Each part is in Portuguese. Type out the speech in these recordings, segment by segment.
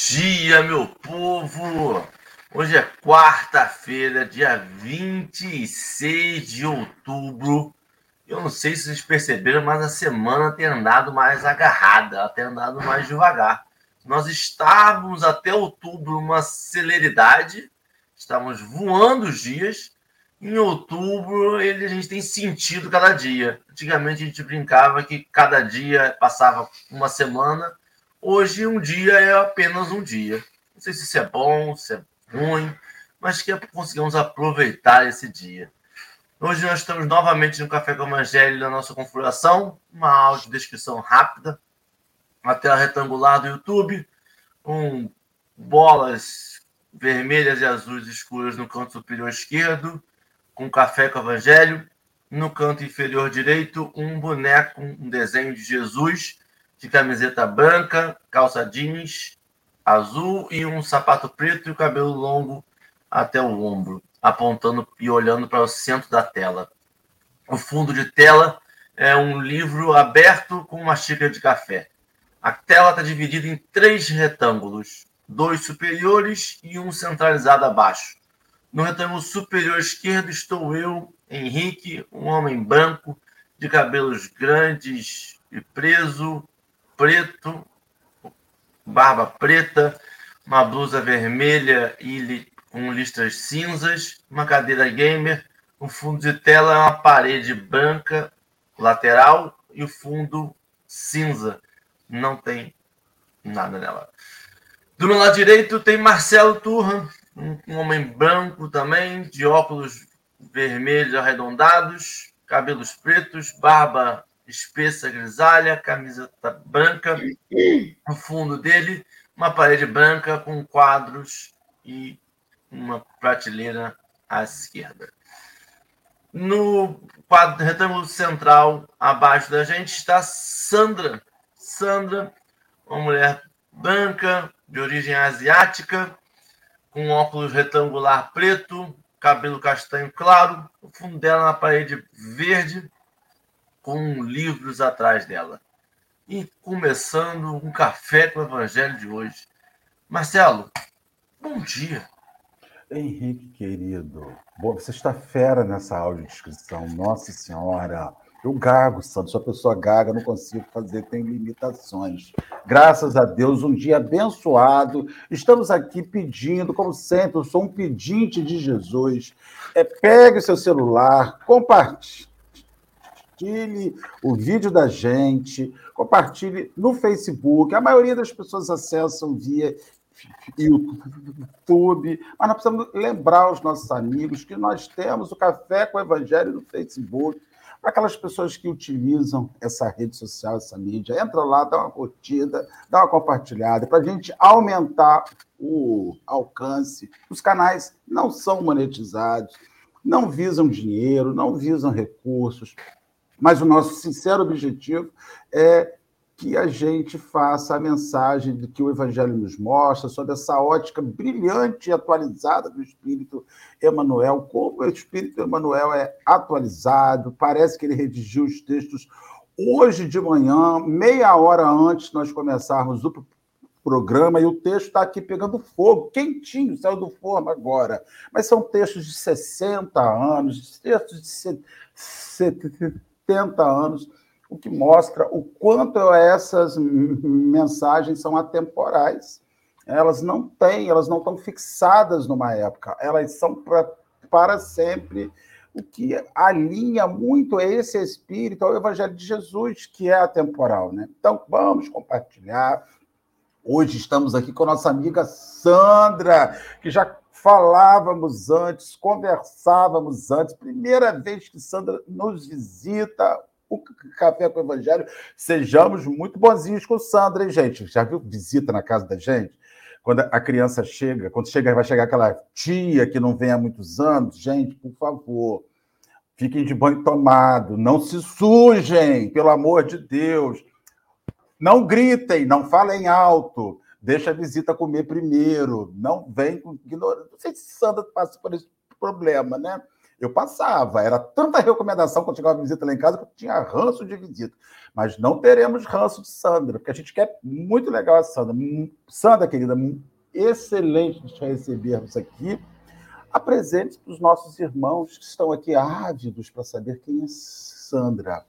dia, meu povo! Hoje é quarta-feira, dia 26 de outubro. Eu não sei se vocês perceberam, mas a semana tem andado mais agarrada, ela tem andado mais devagar. Nós estávamos até outubro uma celeridade, estávamos voando os dias. Em outubro, a gente tem sentido cada dia. Antigamente a gente brincava que cada dia passava uma semana. Hoje, um dia é apenas um dia. Não sei se isso é bom, se é ruim, mas que conseguimos aproveitar esse dia. Hoje nós estamos novamente no Café com o Evangelho na nossa configuração, uma audiodescrição rápida, uma tela retangular do YouTube, com bolas vermelhas e azuis escuras no canto superior esquerdo, com Café com o Evangelho. No canto inferior direito, um boneco, um desenho de Jesus, de camiseta branca, calça jeans azul e um sapato preto e o cabelo longo até o ombro, apontando e olhando para o centro da tela. O fundo de tela é um livro aberto com uma xícara de café. A tela está dividida em 3 retângulos, 2 superiores e um centralizado abaixo. No retângulo superior esquerdo estou eu, Henrique, um homem branco, de cabelos grandes e preto, barba preta, uma blusa vermelha e com listras cinzas, uma cadeira gamer, o fundo de tela é uma parede branca lateral e o fundo cinza. Não tem nada nela. Do meu lado direito tem Marcelo Turra, um homem branco também, de óculos vermelhos arredondados, cabelos pretos, barba espessa grisalha, camiseta branca. No fundo dele, uma parede branca com quadros e uma prateleira à esquerda. No quadro retângulo central, abaixo da gente, está Sandra. Sandra, uma mulher branca, de origem asiática, com óculos retangular preto, cabelo castanho claro, o fundo dela na parede verde, com livros atrás dela. E começando um café com o Evangelho de hoje. Marcelo, bom dia. Henrique, querido, bom, você está fera nessa audiodescrição, Nossa Senhora. Eu gago, Santo, sou uma pessoa gaga, não consigo fazer, tenho limitações. Graças a Deus, um dia abençoado. Estamos aqui pedindo, como sempre, eu sou um pedinte de Jesus. Pegue o seu celular, compartilhe o vídeo da gente, compartilhe no Facebook. A maioria das pessoas acessam via YouTube, mas nós precisamos lembrar os nossos amigos que nós temos o Café com o Evangelho no Facebook, para aquelas pessoas que utilizam essa rede social, essa mídia. Entra lá, dá uma curtida, dá uma compartilhada, para a gente aumentar o alcance. Os canais não são monetizados, não visam dinheiro, não visam recursos, mas o nosso sincero objetivo é que a gente faça a mensagem de que o Evangelho nos mostra, sob essa ótica brilhante e atualizada do Espírito Emmanuel, como o Espírito Emmanuel é atualizado, parece que ele redigiu os textos hoje de manhã, meia hora antes de nós começarmos o programa, e o texto está aqui pegando fogo, quentinho, saiu do forno agora. Mas são textos de 60 anos, textos de 70 anos, o que mostra o quanto essas mensagens são atemporais. Elas não estão fixadas numa época, elas são para sempre. O que alinha muito é esse espírito ao Evangelho de Jesus, que é atemporal, né? Então, vamos compartilhar. Hoje estamos aqui com a nossa amiga Sandra, que já falávamos antes, conversávamos antes. Primeira vez que Sandra nos visita o Café com o Evangelho. Sejamos muito bonzinhos com Sandra, hein, gente? Já viu visita na casa da gente? Quando a criança chega, vai chegar aquela tia que não vem há muitos anos. Gente, por favor, fiquem de banho tomado, não se sujem, pelo amor de Deus. Não gritem, não falem alto, deixa a visita comer primeiro, não vem com ignorância. Não sei se Sandra passa por esse problema, né? Eu passava, era tanta recomendação quando chegava a visita lá em casa que eu tinha ranço de visita. Mas não teremos ranço de Sandra, porque a gente quer muito legal a Sandra. Sandra, querida, excelente de te recebermos aqui. Apresente para os nossos irmãos que estão aqui ávidos para saber quem é Sandra.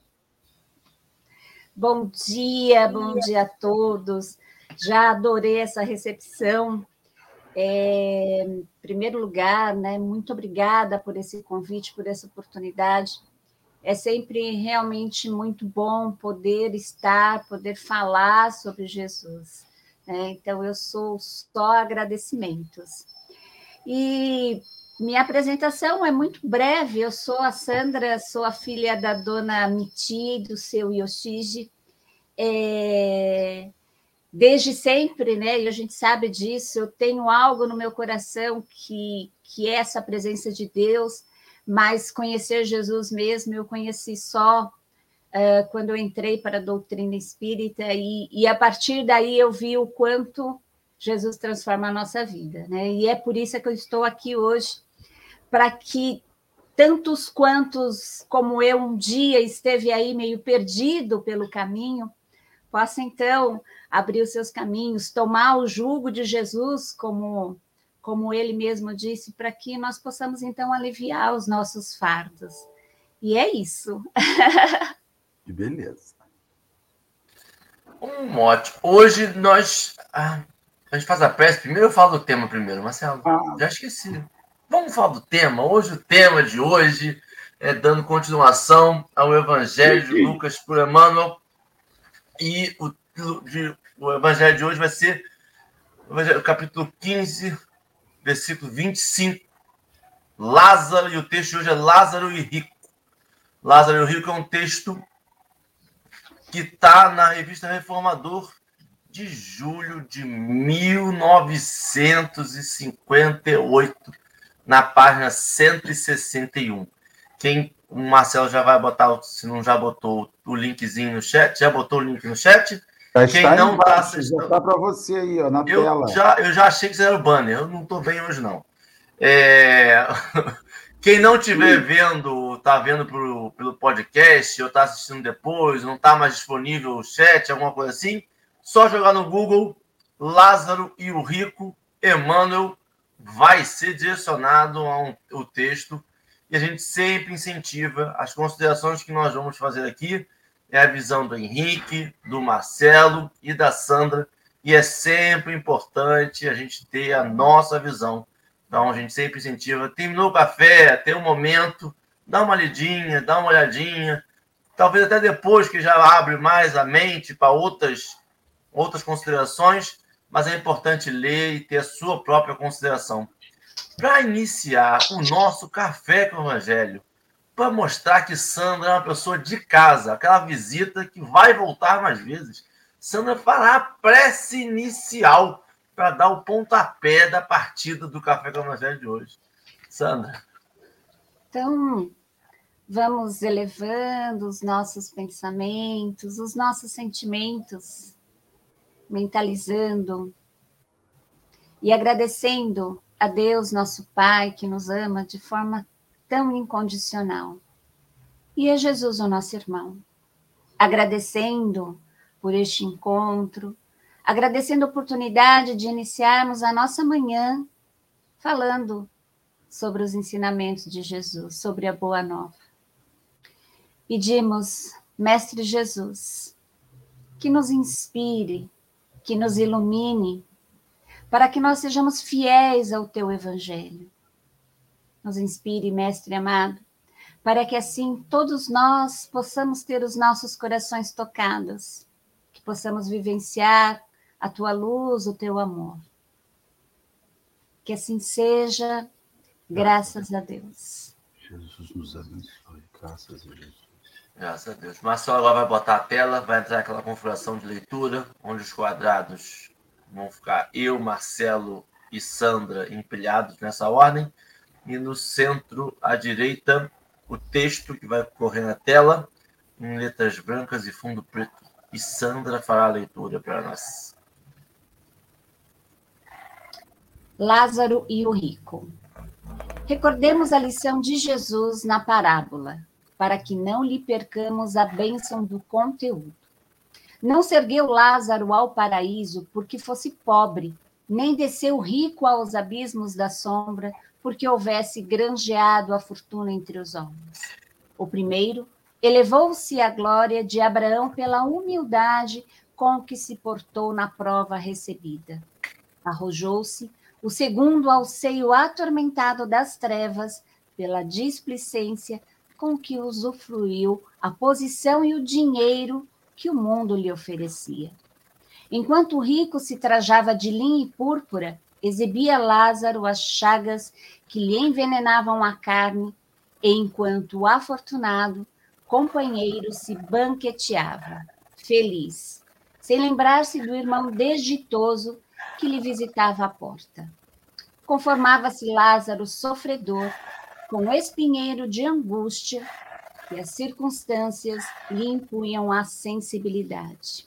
Bom dia a todos. Já adorei essa recepção. Em primeiro lugar, né, muito obrigada por esse convite, por essa oportunidade. É sempre realmente muito bom poder estar, poder falar sobre Jesus, né? Então, eu sou só agradecimentos. E minha apresentação é muito breve. Eu sou a Sandra, sou a filha da dona Miti e do seu Yoshiji. Desde sempre, né? E a gente sabe disso. Eu tenho algo no meu coração que é essa presença de Deus, mas conhecer Jesus mesmo eu conheci só quando eu entrei para a doutrina espírita, e a partir daí eu vi o quanto Jesus transforma a nossa vida, né? E é por isso que eu estou aqui hoje, para que tantos quantos como eu um dia esteve aí meio perdido pelo caminho, possa então abrir os seus caminhos, tomar o jugo de Jesus, como ele mesmo disse, para que nós possamos então aliviar os nossos fardos. E é isso. Que beleza. Um mote. Hoje nós... a gente faz a prece primeiro, eu falo do tema primeiro, Marcelo. Já esqueci. Vamos falar do tema. Hoje o tema de hoje é dando continuação ao Evangelho de Lucas por Emmanuel. E o Evangelho de hoje vai ser o capítulo 15, versículo 25. Lázaro, e o texto de hoje é Lázaro e Rico. Lázaro e o Rico é um texto que está na revista Reformador de julho de 1958, na página 161. O Marcelo já vai botar, se não já botou o linkzinho no chat, já botou o link no chat? Já está não embaixo, já está para você aí, ó, na tela. Eu já achei que isso era o banner, eu não estou bem hoje, não. Quem não estiver vendo, está vendo pelo podcast, ou está assistindo depois, não está mais disponível o chat, alguma coisa assim, só jogar no Google Lázaro e o Rico, Emmanuel, vai ser direcionado ao texto. E a gente sempre incentiva as considerações que nós vamos fazer aqui. É a visão do Henrique, do Marcelo e da Sandra. E é sempre importante a gente ter a nossa visão. Então, a gente sempre incentiva. Terminou o café, tem um momento, dá uma lidinha, dá uma olhadinha. Talvez até depois que já abre mais a mente para outras considerações, mas é importante ler e ter a sua própria consideração. Para iniciar o nosso Café com o Evangelho, para mostrar que Sandra é uma pessoa de casa, aquela visita que vai voltar mais vezes, Sandra fará a prece inicial para dar o pontapé da partida do Café com o Evangelho de hoje. Sandra. Então, vamos elevando os nossos pensamentos, os nossos sentimentos, mentalizando e agradecendo a Deus, nosso Pai, que nos ama de forma tão incondicional. E a Jesus, o nosso irmão. Agradecendo por este encontro, agradecendo a oportunidade de iniciarmos a nossa manhã falando sobre os ensinamentos de Jesus, sobre a Boa Nova. Pedimos, Mestre Jesus, que nos inspire, que nos ilumine, para que nós sejamos fiéis ao Teu Evangelho. Nos inspire, Mestre amado, para que assim todos nós possamos ter os nossos corações tocados, que possamos vivenciar a Tua luz, o Teu amor. Que assim seja, graças a Deus. Jesus nos abençoe, graças a Jesus. Graças a Deus. Marcelo agora vai botar a tela, vai entrar aquela configuração de leitura, onde os quadrados vão ficar eu, Marcelo e Sandra empilhados nessa ordem. E no centro, à direita, o texto que vai correr na tela, em letras brancas e fundo preto. E Sandra fará a leitura para nós. Lázaro e o Rico. Recordemos a lição de Jesus na parábola, para que não lhe percamos a bênção do conteúdo. Não se ergueu Lázaro ao paraíso porque fosse pobre, nem desceu rico aos abismos da sombra porque houvesse granjeado a fortuna entre os homens. O primeiro elevou-se à glória de Abraão pela humildade com que se portou na prova recebida. Arrojou-se o segundo ao seio atormentado das trevas pela displicência com que usufruiu a posição e o dinheiro que o mundo lhe oferecia. Enquanto o rico se trajava de linho e púrpura, exibia Lázaro as chagas que lhe envenenavam a carne, enquanto o afortunado companheiro se banqueteava, feliz, sem lembrar-se do irmão desditoso que lhe visitava a porta. Conformava-se Lázaro sofredor com o espinheiro de angústia que as circunstâncias lhe impunham à sensibilidade.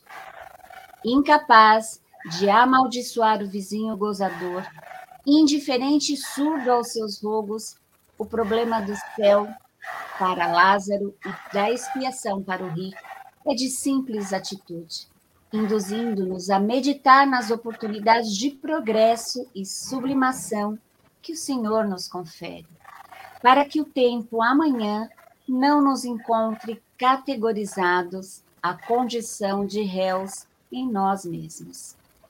Incapaz de amaldiçoar o vizinho gozador, indiferente e surdo aos seus rogos, o problema do céu para Lázaro e da expiação para o rico é de simples atitude, induzindo-nos a meditar nas oportunidades de progresso e sublimação que o Senhor nos confere, para que o tempo amanhã não nos encontre categorizados à condição de réus em nós mesmos.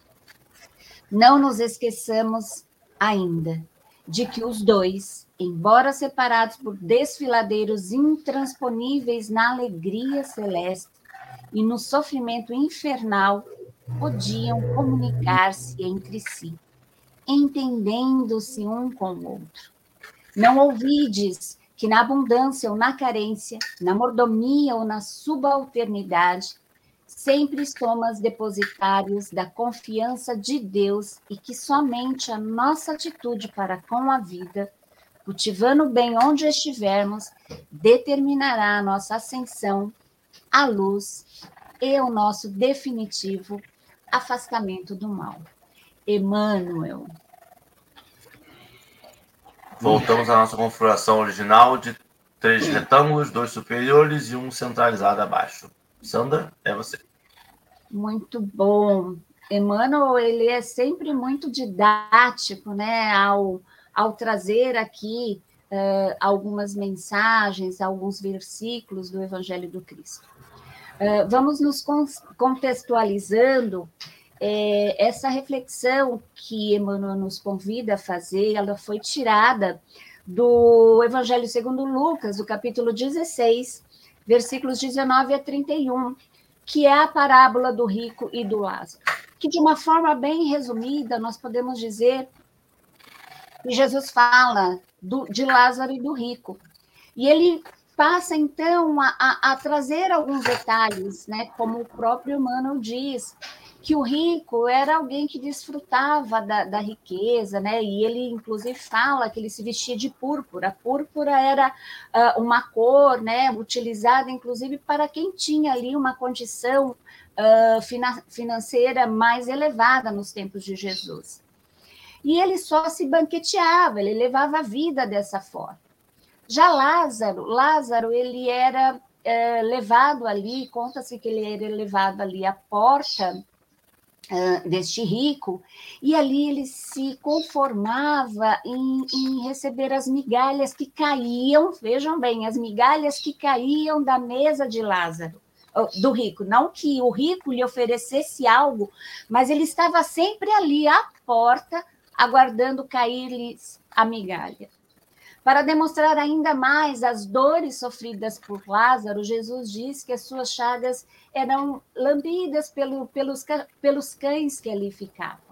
Não nos esqueçamos ainda de que os dois, embora separados por desfiladeiros intransponíveis na alegria celeste e no sofrimento infernal, podiam comunicar-se entre si, entendendo-se um com o outro. Não ouvides que na abundância ou na carência, na mordomia ou na subalternidade, sempre somos depositários da confiança de Deus e que somente a nossa atitude para com a vida, cultivando o bem onde estivermos, determinará a nossa ascensão à luz e o nosso definitivo afastamento do mal. Emmanuel. Voltamos à nossa configuração original de 3 retângulos, 2 superiores e um centralizado abaixo. Sandra, é você. Muito bom. Emmanuel, ele é sempre muito didático, né, ao trazer aqui algumas mensagens, alguns versículos do Evangelho do Cristo. Vamos nos contextualizando. Essa reflexão que Emmanuel nos convida a fazer, ela foi tirada do Evangelho segundo Lucas, do capítulo 16, versículos 19 a 31, que é a parábola do rico e do Lázaro, que de uma forma bem resumida, nós podemos dizer que Jesus fala de Lázaro e do rico, e ele passa, então, a trazer alguns detalhes, né, como o próprio Emmanuel diz, que o rico era alguém que desfrutava da riqueza, né? E ele, inclusive, fala que ele se vestia de púrpura. A púrpura era uma cor, né, utilizada, inclusive, para quem tinha ali uma condição financeira mais elevada nos tempos de Jesus. E ele só se banqueteava, ele levava a vida dessa forma. Já Lázaro, ele era levado ali, conta-se que ele era levado ali à porta deste rico, e ali ele se conformava em receber as migalhas que caíam, vejam bem, as migalhas que caíam da mesa de Lázaro, do rico. Não que o rico lhe oferecesse algo, mas ele estava sempre ali à porta, aguardando cair-lhes a migalha. Para demonstrar ainda mais as dores sofridas por Lázaro, Jesus diz que as suas chagas eram lambidas pelos cães que ali ficavam.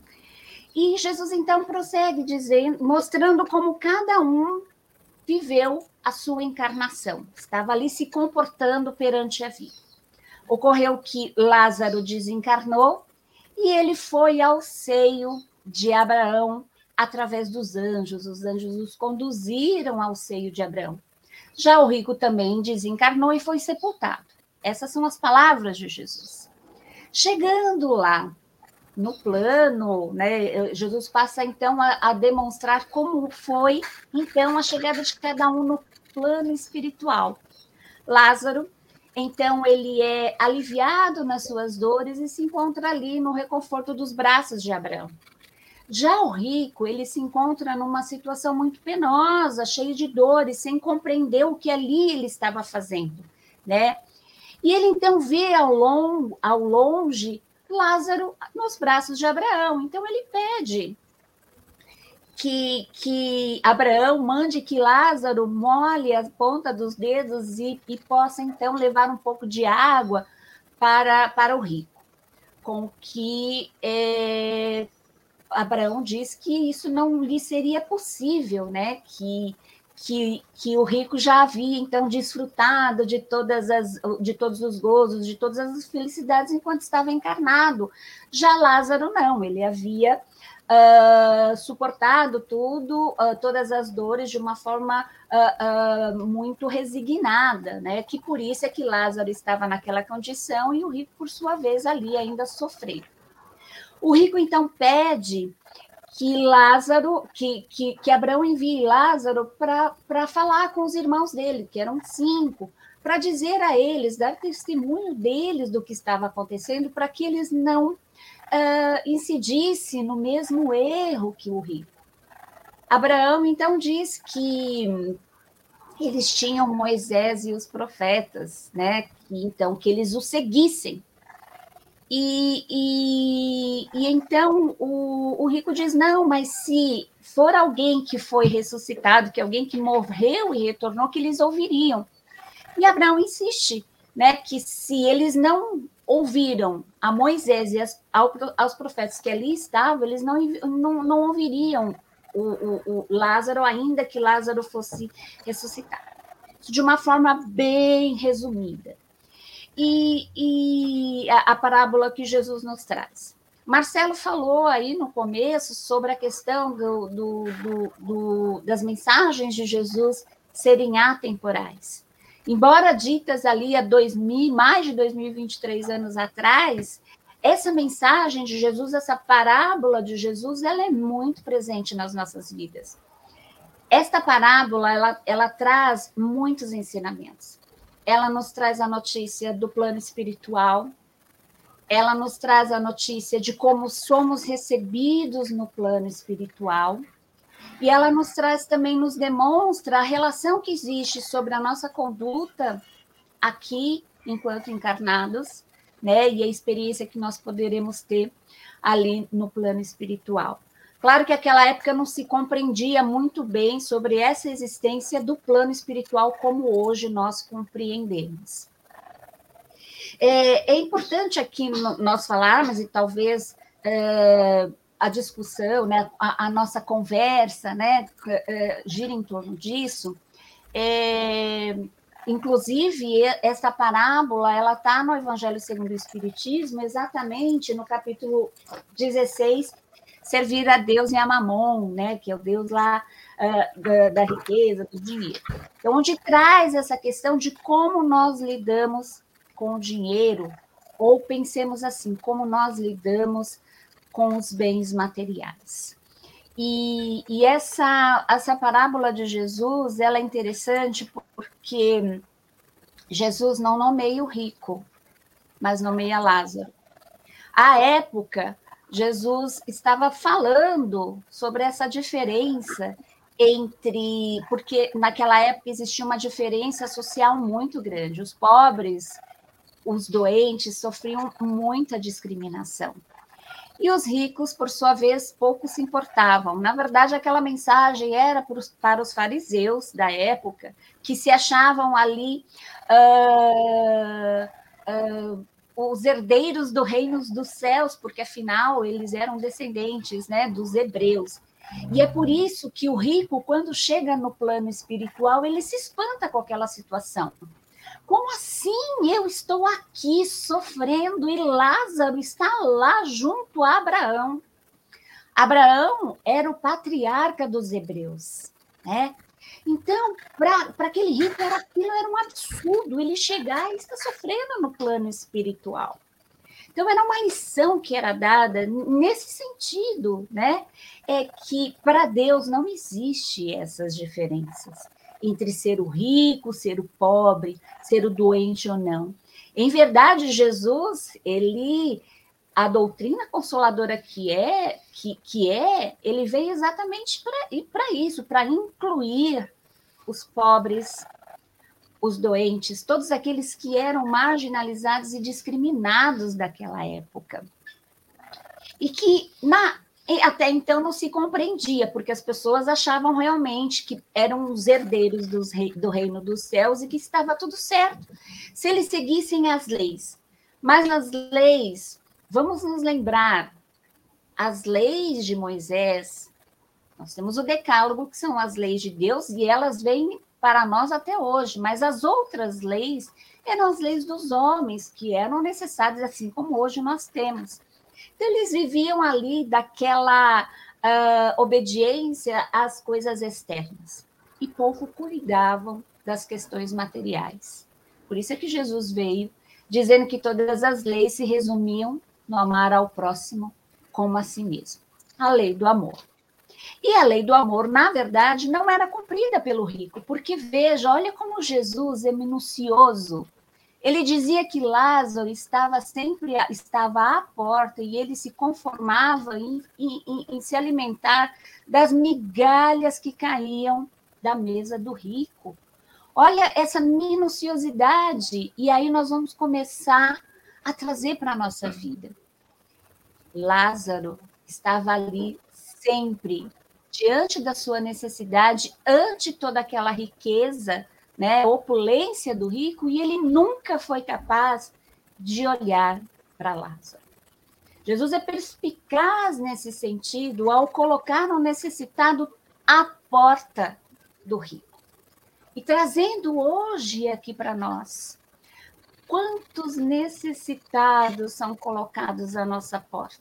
E Jesus então prossegue mostrando como cada um viveu a sua encarnação, estava ali se comportando perante a vida. Ocorreu que Lázaro desencarnou e ele foi ao seio de Abraão através dos anjos. Os anjos os conduziram ao seio de Abraão. Já o rico também desencarnou e foi sepultado. Essas são as palavras de Jesus. Chegando lá, no plano, né? Jesus passa, então, a demonstrar como foi, então, a chegada de cada um no plano espiritual. Lázaro, então, ele é aliviado nas suas dores e se encontra ali no reconforto dos braços de Abraão. Já o rico, ele se encontra numa situação muito penosa, cheio de dores, sem compreender o que ali ele estava fazendo, né? E ele então vê ao longe Lázaro nos braços de Abraão. Então ele pede que Abraão mande que Lázaro molhe a ponta dos dedos e possa então levar um pouco de água para o rico. Com que Abraão diz que isso não lhe seria possível, né? Que o rico já havia então desfrutado de todos os gozos, de todas as felicidades enquanto estava encarnado. Já Lázaro não, ele havia suportado todas as dores de uma forma muito resignada, né? Que por isso é que Lázaro estava naquela condição e o rico, por sua vez, ali ainda sofrendo. O rico então pede que Lázaro, que Abraão envie Lázaro para falar com os irmãos dele, que eram 5, para dizer a eles, dar testemunho deles do que estava acontecendo, para que eles não incidissem no mesmo erro que o rico. Abraão então diz que eles tinham Moisés e os profetas, né? Que eles o seguissem. E então o rico diz, não, mas se for alguém que foi ressuscitado, que alguém que morreu e retornou, que eles ouviriam. E Abraão insiste, né, que se eles não ouviram a Moisés e aos profetas que ali estavam, eles não ouviriam o Lázaro, ainda que Lázaro fosse ressuscitado. De uma forma bem resumida. E a parábola que Jesus nos traz. Marcelo falou aí no começo sobre a questão das mensagens de Jesus serem atemporais. Embora ditas ali há mais de 2023 anos atrás, essa mensagem de Jesus, essa parábola de Jesus, ela é muito presente nas nossas vidas. Esta parábola, ela traz muitos ensinamentos. Ela nos traz a notícia do plano espiritual, ela nos traz a notícia de como somos recebidos no plano espiritual, e ela nos traz também, nos demonstra a relação que existe sobre a nossa conduta aqui, enquanto encarnados, né, e a experiência que nós poderemos ter ali no plano espiritual. Claro que naquela época não se compreendia muito bem sobre essa existência do plano espiritual como hoje nós compreendemos. É importante aqui nós falarmos, e talvez a discussão, né, a nossa conversa, né, gira em torno disso. Inclusive, essa parábola, ela está no Evangelho segundo o Espiritismo, exatamente no capítulo 16, servir a Deus e a Mamon, né, que é o Deus lá da riqueza, do dinheiro. Então, onde traz essa questão de como nós lidamos com o dinheiro, ou pensemos assim, como nós lidamos com os bens materiais. E essa parábola de Jesus, ela é interessante porque Jesus não nomeia o rico, mas nomeia Lázaro. À época, Jesus estava falando sobre essa diferença porque naquela época existia uma diferença social muito grande. Os pobres, os doentes, sofriam muita discriminação. E os ricos, por sua vez, pouco se importavam. Na verdade, aquela mensagem era para os fariseus da época, que se achavam ali os herdeiros do reino dos céus, porque, afinal, eles eram descendentes, né, dos hebreus. E é por isso que o rico, quando chega no plano espiritual, ele se espanta com aquela situação. Como assim eu estou aqui sofrendo e Lázaro está lá junto a Abraão? Abraão era o patriarca dos hebreus, né? Então, para aquele rico, aquilo era um absurdo, ele chegar e estar sofrendo no plano espiritual. Então, era uma lição que era dada nesse sentido, né? É que para Deus não existe essas diferenças entre ser o rico, ser o pobre, ser o doente ou não. Em verdade, Jesus, a doutrina consoladora ele veio exatamente para isso, para incluir os pobres, os doentes, todos aqueles que eram marginalizados e discriminados daquela época. E que até então não se compreendia, porque as pessoas achavam realmente que eram os herdeiros do reino dos céus e que estava tudo certo, se eles seguissem as leis. Mas as leis, vamos nos lembrar, as leis de Moisés, nós temos o Decálogo, que são as leis de Deus, e elas vêm para nós até hoje, mas as outras leis eram as leis dos homens, que eram necessárias, assim como hoje nós temos. Então, eles viviam ali daquela obediência às coisas externas e pouco cuidavam das questões materiais. Por isso é que Jesus veio dizendo que todas as leis se resumiam no amar ao próximo como a si mesmo. A lei do amor. E a lei do amor, na verdade, não era cumprida pelo rico, porque veja, olha como Jesus é minucioso. Ele dizia que Lázaro estava à porta e ele se conformava em se alimentar das migalhas que caíam da mesa do rico. Olha essa minuciosidade, e aí nós vamos começar a trazer para a nossa vida. Lázaro estava ali sempre, diante da sua necessidade, ante toda aquela riqueza, né, opulência do rico, e ele nunca foi capaz de olhar para Lázaro. Jesus é perspicaz nesse sentido ao colocar o necessitado à porta do rico. E trazendo hoje aqui para nós, quantos necessitados são colocados à nossa porta?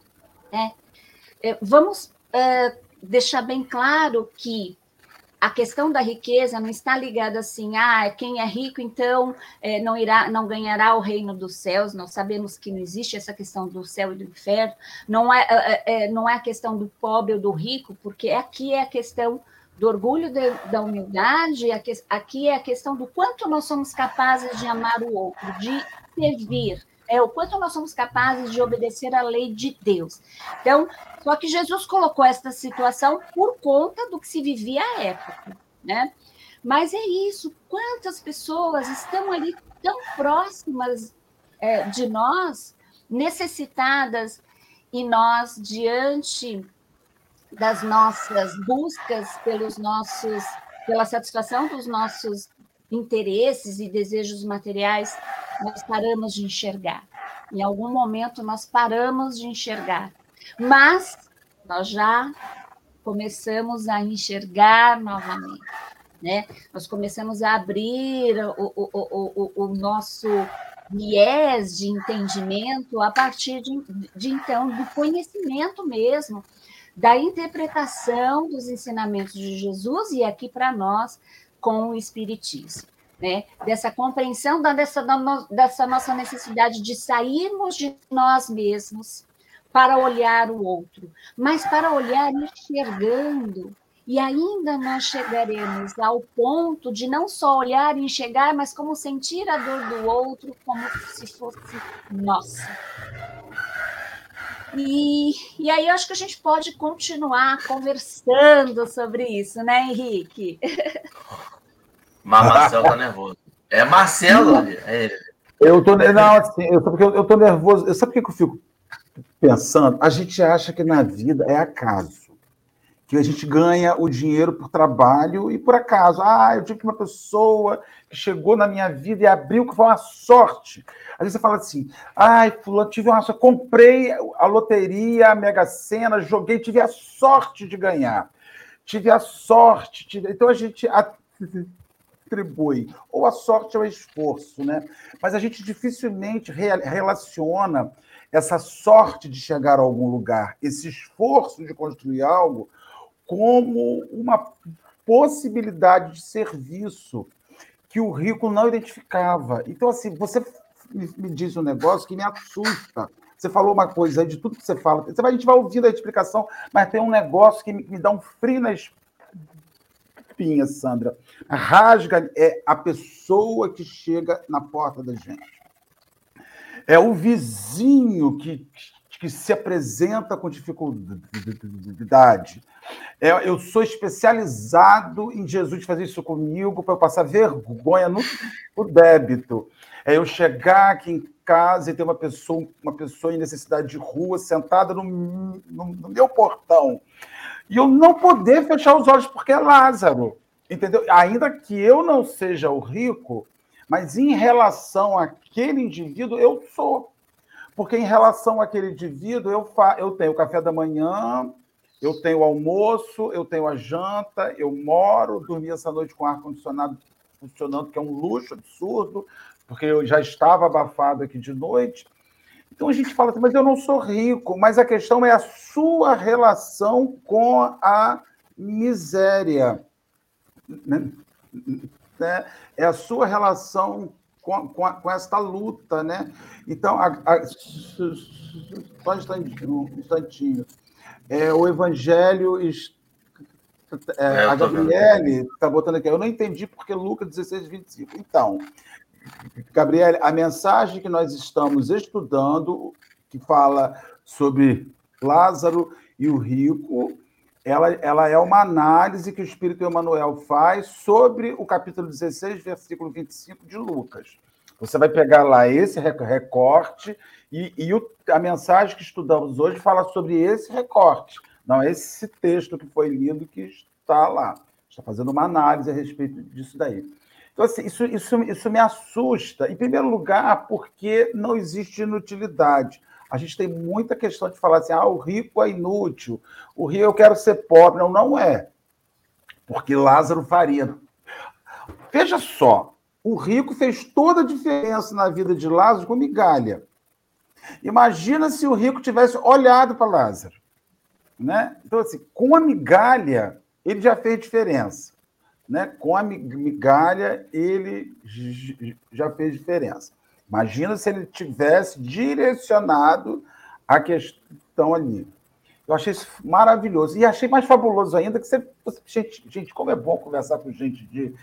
Vamos deixar bem claro que a questão da riqueza não está ligada assim, quem é rico, então não ganhará o reino dos céus. Nós sabemos que não existe essa questão do céu e do inferno, não é a questão do pobre ou do rico, porque aqui é a questão do orgulho da humildade, aqui é a questão do quanto nós somos capazes de amar o outro, de servir, o quanto nós somos capazes de obedecer à lei de Deus. Então, só que Jesus colocou esta situação por conta do que se vivia à época, né? Mas é isso, quantas pessoas estão ali tão próximas de nós, necessitadas, e nós, diante das nossas buscas pela satisfação dos nossos interesses e desejos materiais, nós paramos de enxergar. Em algum momento, nós paramos de enxergar. Mas nós já começamos a enxergar novamente, né? Nós começamos a abrir o nosso viés de entendimento a partir então, do conhecimento mesmo, da interpretação dos ensinamentos de Jesus e aqui para nós com o Espiritismo. Né? Dessa compreensão dessa nossa necessidade de sairmos de nós mesmos para olhar o outro, mas para olhar enxergando. E ainda nós chegaremos ao ponto de não só olhar e enxergar, mas como sentir a dor do outro como se fosse nossa. E aí eu acho que a gente pode continuar conversando sobre isso, né, Henrique? Mas Marcelo tá nervoso. É Marcelo ali. É ele. Eu tô nervoso. Sabe por que eu fico pensando? A gente acha que na vida é acaso. Que a gente ganha o dinheiro por trabalho e por acaso. Eu tive uma pessoa que chegou na minha vida e abriu, que foi uma sorte. Às vezes você fala assim, fulano, tive uma sorte, comprei a loteria, a Mega Sena, joguei, tive a sorte de ganhar. Tive a sorte. Então a gente atribui ou a sorte ou o esforço, né? Mas a gente dificilmente relaciona essa sorte de chegar a algum lugar, esse esforço de construir algo, como uma possibilidade de serviço que o rico não identificava. Então, assim, você me diz um negócio que me assusta. Você falou uma coisa aí, de tudo que você fala, a gente vai ouvindo a explicação, mas tem um negócio que me dá um frio na espinha, Sandra. Rasga é a pessoa que chega na porta da gente. É o vizinho que se apresenta com dificuldade. Eu sou especializado em Jesus fazer isso comigo para eu passar vergonha no débito. É eu chegar aqui em casa e ter uma pessoa em necessidade de rua sentada no meu portão. E eu não poder fechar os olhos porque é Lázaro. Entendeu? Ainda que eu não seja o rico, mas em relação àquele indivíduo, eu sou. Porque em relação àquele indivíduo, eu tenho o café da manhã, eu tenho o almoço, eu tenho a janta, eu dormi essa noite com o ar-condicionado funcionando, que é um luxo absurdo, porque eu já estava abafado aqui de noite. Então a gente fala assim, mas eu não sou rico, mas a questão é a sua relação com a miséria. Né? É a sua relação com esta luta, né? Então, só um instantinho. O Evangelho, a Gabriele está botando aqui, eu não entendi porque Lucas 16, 25. Então, Gabriele, a mensagem que nós estamos estudando, que fala sobre Lázaro e o rico, ela é uma análise que o Espírito Emmanuel faz sobre o capítulo 16, versículo 25 de Lucas. Você vai pegar lá esse recorte e a mensagem que estudamos hoje fala sobre esse recorte, não esse texto que foi lido que está lá. Está fazendo uma análise a respeito disso daí. Então, assim, isso me assusta, em primeiro lugar, porque não existe inutilidade. A gente tem muita questão de falar assim, o rico é inútil, o rico eu quero ser pobre. Não, não é. Porque Lázaro faria. Veja só, o rico fez toda a diferença na vida de Lázaro com migalha. Imagina se o rico tivesse olhado para Lázaro. Né? Então, assim, com a migalha, ele já fez diferença. Né? Com a migalha, ele já fez diferença. Imagina se ele tivesse direcionado a questão ali. Eu achei isso maravilhoso. E achei mais fabuloso ainda que gente, como é bom conversar com gente de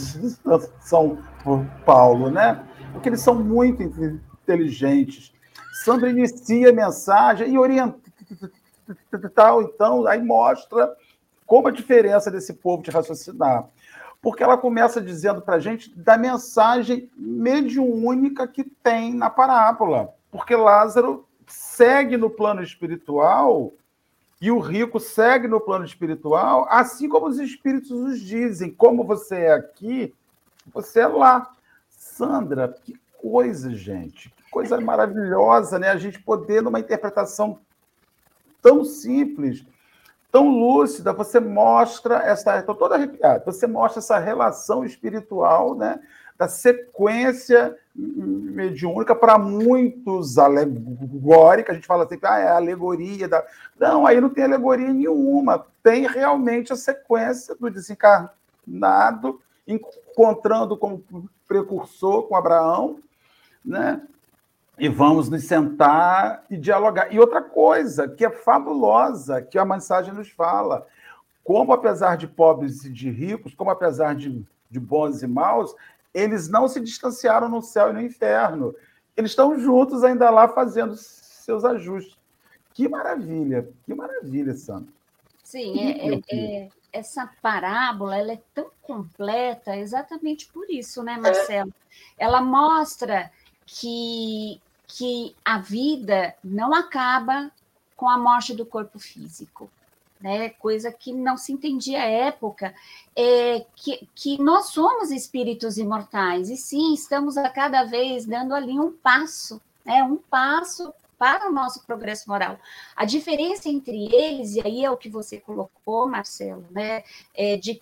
São Paulo, né? Porque eles são muito inteligentes. Sandra inicia a mensagem e orienta tal, então, aí mostra como a diferença desse povo de raciocinar. Porque ela começa dizendo para a gente da mensagem mediúnica que tem na parábola. Porque Lázaro segue no plano espiritual e o rico segue no plano espiritual, assim como os espíritos nos dizem. Como você é aqui, você é lá. Sandra, que coisa, gente. Que coisa maravilhosa, né? A gente poder, numa interpretação tão simples, tão lúcida, você mostra estou toda arrepiada, você mostra essa relação espiritual, né, da sequência mediúnica, para muitos alegórica, a gente fala assim, é a alegoria da... Não, aí não tem alegoria nenhuma, tem realmente a sequência do desencarnado encontrando como precursor com Abraão, né? E vamos nos sentar e dialogar. E outra coisa que é fabulosa, que a mensagem nos fala, como apesar de pobres e de ricos, como apesar de bons e maus, eles não se distanciaram no céu e no inferno. Eles estão juntos ainda lá fazendo seus ajustes. Que maravilha, Sandra. Sim, essa parábola ela é tão completa exatamente por isso, né, Marcelo? Ela mostra que a vida não acaba com a morte do corpo físico, né? Coisa que não se entendia à época, que nós somos espíritos imortais, e sim, estamos a cada vez dando ali um passo, né? Um passo para o nosso progresso moral. A diferença entre eles, e aí é o que você colocou, Marcelo, né? De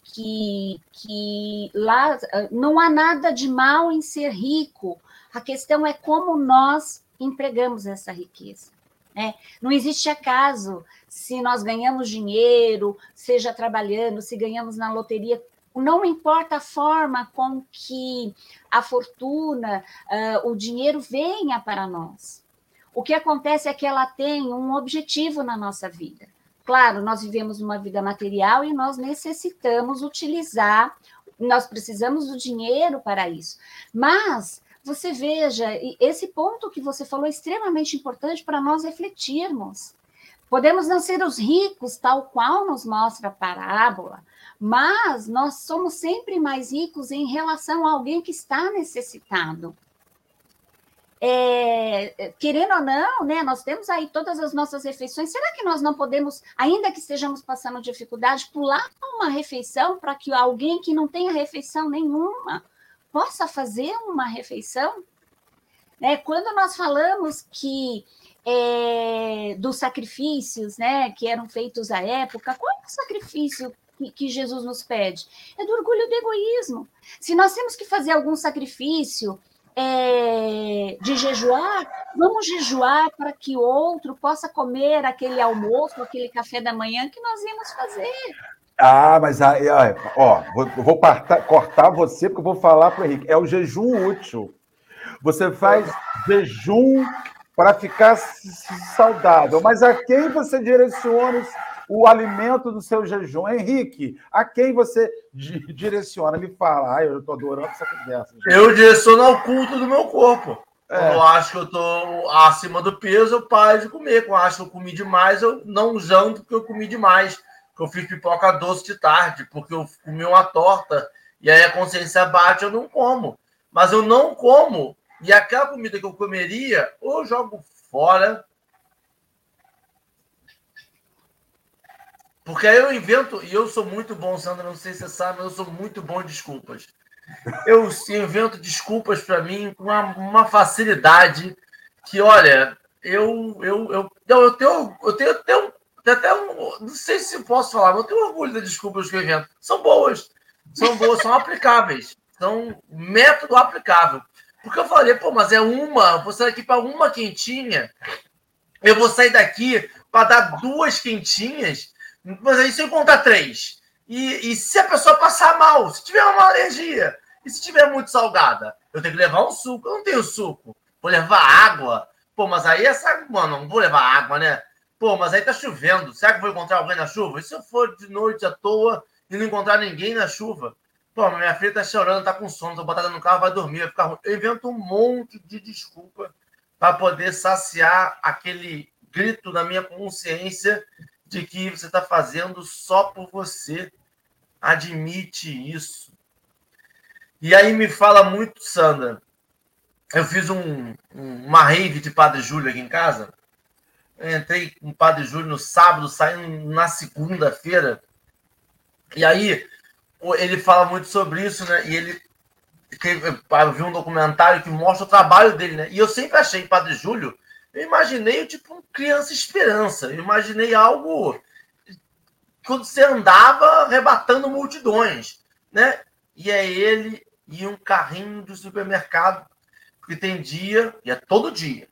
que lá não há nada de mal em ser rico, a questão é como nós empregamos essa riqueza. Né? Não existe acaso se nós ganhamos dinheiro, seja trabalhando, se ganhamos na loteria, Não importa a forma com que a fortuna, o dinheiro venha para nós. O que acontece é que ela tem um objetivo na nossa vida. Claro, nós vivemos uma vida material e nós necessitamos utilizar, nós precisamos do dinheiro para isso. Mas você veja, esse ponto que você falou é extremamente importante para nós refletirmos. Podemos não ser os ricos, tal qual nos mostra a parábola, mas nós somos sempre mais ricos em relação a alguém que está necessitado. Querendo ou não, né, nós temos aí todas as nossas refeições. Será que nós não podemos, ainda que estejamos passando dificuldade, pular uma refeição para que alguém que não tenha refeição nenhuma possa fazer uma refeição? Quando nós falamos que dos sacrifícios, né, que eram feitos à época, qual é o sacrifício que Jesus nos pede? É do orgulho e do egoísmo. Se nós temos que fazer algum sacrifício de jejuar, vamos jejuar para que o outro possa comer aquele almoço, aquele café da manhã que nós íamos fazer. Mas aí, ó, vou cortar você, porque eu vou falar para o Henrique. É o jejum útil. Você faz jejum para ficar saudável. Mas a quem você direciona o alimento do seu jejum? Henrique, a quem você direciona? Me fala. Eu estou adorando essa conversa. Gente. Eu direciono ao culto do meu corpo. Quando eu acho que eu estou acima do peso, eu paro de comer. Quando eu acho que eu comi demais, eu não janto porque eu comi demais. Porque eu fiz pipoca doce de tarde, porque eu comi uma torta e aí a consciência bate, eu não como. Mas eu não como. E aquela comida que eu comeria, ou eu jogo fora. Porque aí eu invento, e eu sou muito bom, Sandra, não sei se você sabe, mas eu sou muito bom em desculpas. Eu invento desculpas para mim com uma facilidade que, olha, eu tenho até não sei se eu posso falar, mas eu tenho orgulho das desculpas que eu invento. São boas, são aplicáveis, são método aplicável. Porque eu falei, mas vou sair daqui para uma quentinha, eu vou sair daqui para dar 2 quentinhas, mas aí se eu encontrar 3, e se a pessoa passar mal, se tiver uma alergia, e se tiver muito salgada, eu tenho que levar um suco, eu não tenho suco, vou levar água, mas aí não vou levar água, né? Mas aí tá chovendo, será que eu vou encontrar alguém na chuva? E se eu for de noite à toa e não encontrar ninguém na chuva? Minha filha tá chorando, tá com sono, tô botada no carro, vai dormir, vai ficar ruim. Eu invento um monte de desculpa para poder saciar aquele grito na minha consciência de que você está fazendo só por você. Admite isso. E aí me fala muito, Sandra, eu fiz uma rave de Padre Júlio aqui em casa. Eu entrei com o Padre Júlio no sábado, saindo na segunda-feira. E aí ele fala muito sobre isso, né? E eu vi um documentário que mostra o trabalho dele, né? E eu sempre achei Padre Júlio, eu imaginei tipo um Criança Esperança. Eu imaginei algo quando você andava arrebatando multidões, né? E é ele e um carrinho do supermercado, porque tem dia, e é todo dia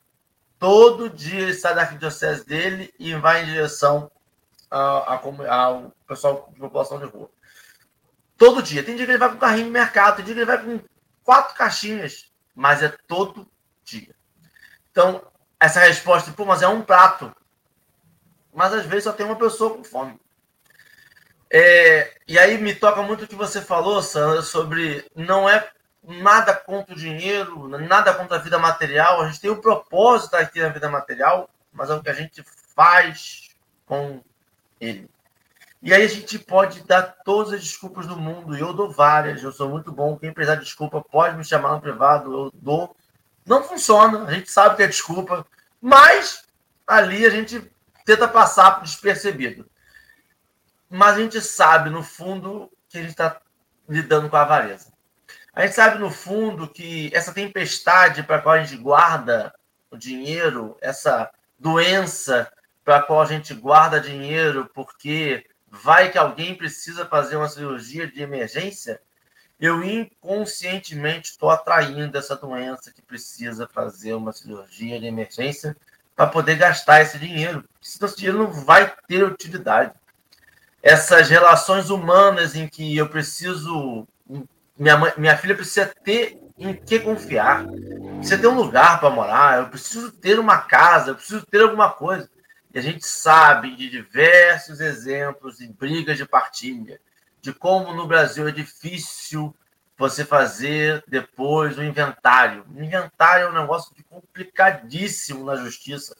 ele sai da arquidiocese dele e vai em direção ao pessoal de população de rua. Todo dia. Tem dia que ele vai com carrinho no mercado, tem dia que ele vai com 4 caixinhas, mas é todo dia. Então, essa resposta, mas é um prato. Mas às vezes só tem uma pessoa com fome. E aí me toca muito o que você falou, Sandra, sobre não é nada contra o dinheiro, nada contra a vida material. A gente tem um propósito aqui na vida material, mas é o que a gente faz com ele. E aí a gente pode dar todas as desculpas do mundo, e eu dou várias, eu sou muito bom, quem precisar de desculpa pode me chamar no privado, eu dou. Não funciona, a gente sabe que é desculpa, mas ali a gente tenta passar por despercebido. Mas a gente sabe, no fundo, que a gente está lidando com a avareza. A gente sabe, no fundo, que essa tempestade para a qual a gente guarda o dinheiro, essa doença para a qual a gente guarda dinheiro porque vai que alguém precisa fazer uma cirurgia de emergência, eu inconscientemente estou atraindo essa doença que precisa fazer uma cirurgia de emergência para poder gastar esse dinheiro. Senão esse dinheiro não vai ter utilidade. essas relações humanas em que eu preciso... Minha filha precisa ter em que confiar, precisa ter um lugar para morar, eu preciso ter uma casa, eu preciso ter alguma coisa. E a gente sabe de diversos exemplos de brigas de partilha, de como no Brasil é difícil você fazer depois o inventário. O inventário é um negócio complicadíssimo na justiça.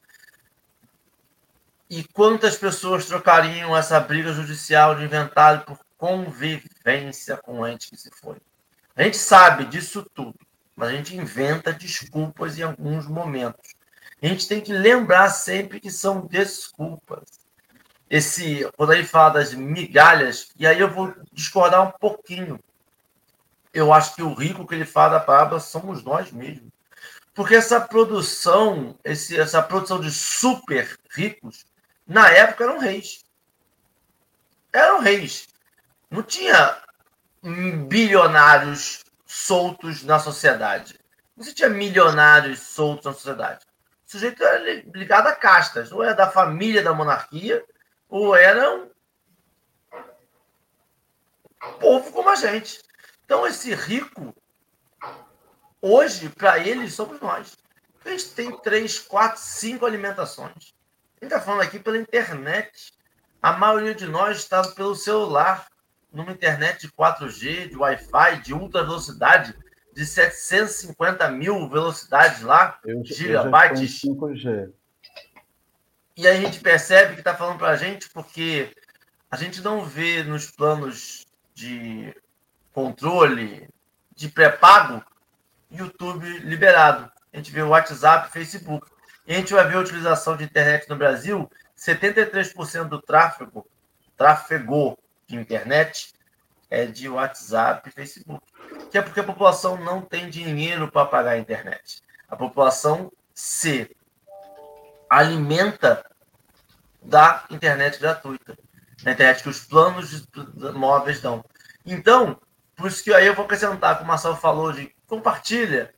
E quantas pessoas trocariam essa briga judicial de inventário por convivência com o ente que se foi? A gente sabe disso tudo, mas a gente inventa desculpas em alguns momentos. A gente tem que lembrar sempre que são desculpas. Quando ele fala das migalhas, e aí eu vou discordar um pouquinho. Eu acho que o rico que ele fala da parábola somos nós mesmos. Porque essa produção de super ricos, na época eram reis. Eram reis. Não tinha bilionários soltos na sociedade. Não se tinha milionários soltos na sociedade. O sujeito era ligado a castas. Ou era da família da monarquia, ou era um povo como a gente. Então, esse rico, hoje, para ele, somos nós. A gente tem 3, 4, 5 alimentações. A gente está falando aqui pela internet. A maioria de nós está pelo celular, numa internet de 4G, de Wi-Fi, de ultra velocidade, de 750 mil velocidades lá, gigabytes. Eu 5G. E aí a gente percebe que está falando para a gente porque a gente não vê nos planos de controle, de pré-pago, YouTube liberado. A gente vê o WhatsApp, Facebook. E a gente vai ver a utilização de internet no Brasil, 73% do tráfego de internet é de WhatsApp e Facebook. Que é porque a população não tem dinheiro para pagar a internet. A população se alimenta da internet gratuita, da internet que os planos móveis dão. Então, por isso que aí eu vou acrescentar, como o Marcelo falou, de compartilha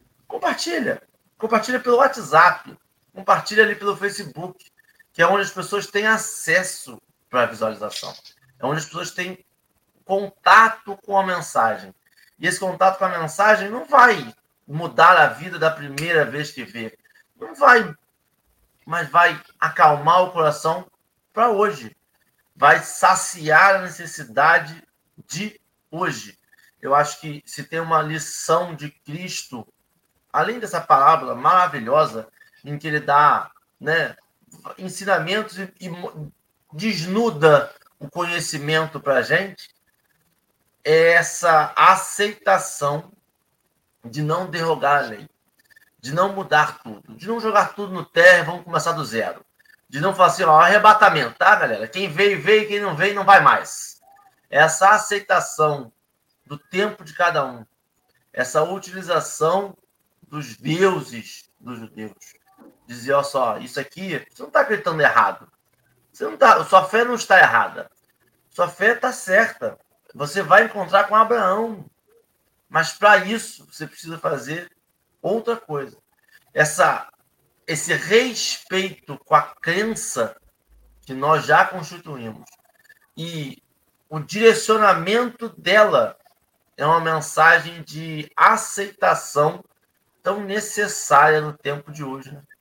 pelo WhatsApp, compartilha ali pelo Facebook, que é onde as pessoas têm acesso para a visualização, é onde as pessoas têm contato com a mensagem. E esse contato com a mensagem não vai mudar a vida da primeira vez que vê, não vai, mas vai acalmar o coração para hoje, vai saciar a necessidade de hoje. Eu acho que se tem uma lição de Cristo, além dessa parábola maravilhosa, em que ele dá, né, ensinamentos e desnuda o conhecimento para a gente, é essa aceitação de não derrogar a lei, de não mudar tudo, de não jogar tudo no terra e vamos começar do zero. De não fazer assim, arrebatamento, tá, galera? Quem veio, veio, quem não veio, não vai mais. Essa aceitação do tempo de cada um, essa utilização dos deuses dos judeus. Dizer, olha só, isso aqui, você não está acreditando errado. Sua fé não está errada. Sua fé está certa. Você vai encontrar com Abraão. Mas para isso, você precisa fazer outra coisa. Esse respeito com a crença que nós já constituímos e o direcionamento dela é uma mensagem de aceitação tão necessária no tempo de hoje, né?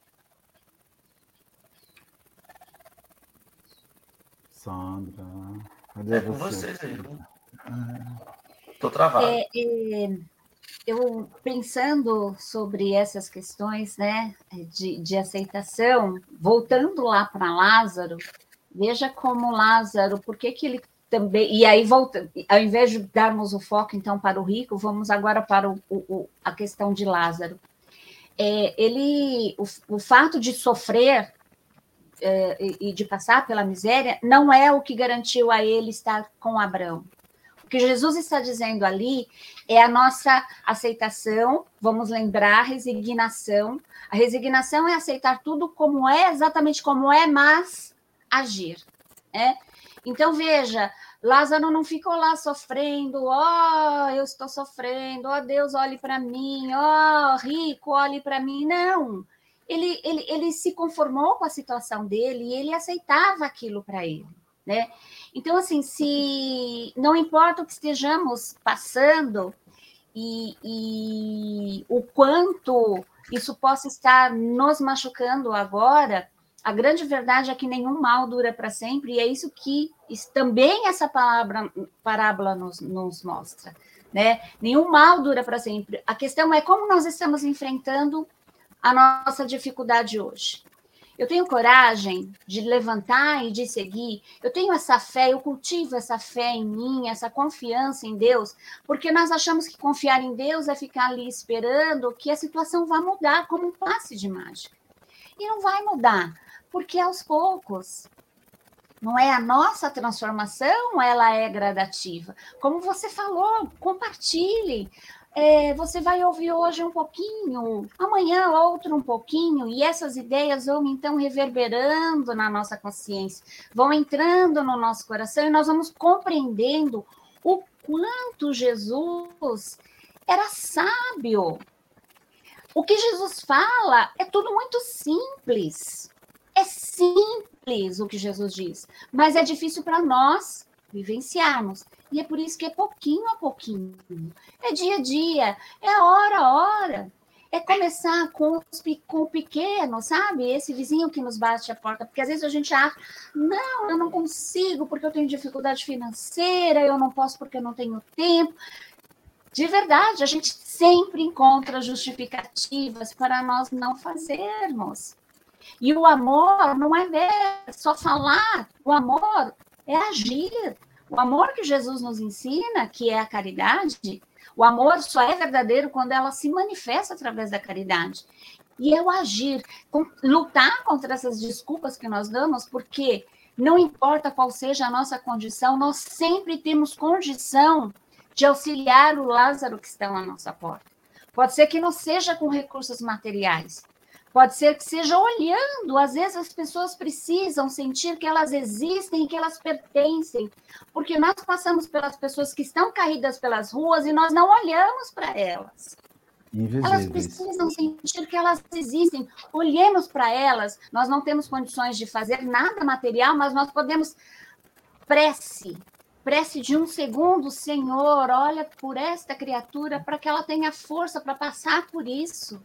Sandra, cadê com você? vocês aí. Estou travado. Eu pensando sobre essas questões, né, de aceitação, voltando lá para Lázaro, veja como Lázaro, por que ele também... E aí, volta, ao invés de darmos o foco, então, para o rico, vamos agora para a questão de Lázaro. O fato de sofrer e de passar pela miséria não é o que garantiu a ele estar com Abraão. O que Jesus está dizendo ali é a nossa aceitação, vamos lembrar, resignação. A resignação é aceitar tudo como é, exatamente como é, mas agir. Né? Então, veja, Lázaro não ficou lá sofrendo, eu estou sofrendo, Deus, olhe para mim, rico, olhe para mim. Não, ele se conformou com a situação dele e ele aceitava aquilo para ele. né? Então, assim, se não importa o que estejamos passando e o quanto isso possa estar nos machucando agora, a grande verdade é que nenhum mal dura para sempre, e é isso que também essa parábola nos mostra, né? Nenhum mal dura para sempre. A questão é como nós estamos enfrentando a nossa dificuldade hoje. Eu tenho coragem de levantar e de seguir. Eu tenho essa fé, eu cultivo essa fé em mim, essa confiança em Deus, porque nós achamos que confiar em Deus é ficar ali esperando que a situação vá mudar como um passe de mágica. E não vai mudar, porque aos poucos. Não é a nossa transformação, ela é gradativa. Como você falou, compartilhe. Você vai ouvir hoje um pouquinho, amanhã outro um pouquinho, e essas ideias vão então reverberando na nossa consciência, vão entrando no nosso coração e nós vamos compreendendo o quanto Jesus era sábio. O que Jesus fala é tudo muito simples. É simples o que Jesus diz, mas é difícil para nós vivenciarmos. E é por isso que é pouquinho a pouquinho. É dia a dia, é hora a hora. É começar com o pequeno, sabe? Esse vizinho que nos bate a porta. Porque às vezes a gente acha, não, eu não consigo porque eu tenho dificuldade financeira, eu não posso porque eu não tenho tempo. De verdade, a gente sempre encontra justificativas para nós não fazermos. E o amor não é só falar, o amor é agir. O amor que Jesus nos ensina, que é a caridade, o amor só é verdadeiro quando ela se manifesta através da caridade. E é o agir, lutar contra essas desculpas que nós damos, porque não importa qual seja a nossa condição, nós sempre temos condição de auxiliar o Lázaro que está na nossa porta. Pode ser que não seja com recursos materiais, pode ser que seja olhando. Às vezes as pessoas precisam sentir que elas existem e que elas pertencem, porque nós passamos pelas pessoas que estão caídas pelas ruas e nós não olhamos para elas. Invisíveis. Elas precisam sentir que elas existem. Olhemos para elas. Nós não temos condições de fazer nada material, mas nós podemos prece de 1 segundo, Senhor, olha por esta criatura para que ela tenha força para passar por isso.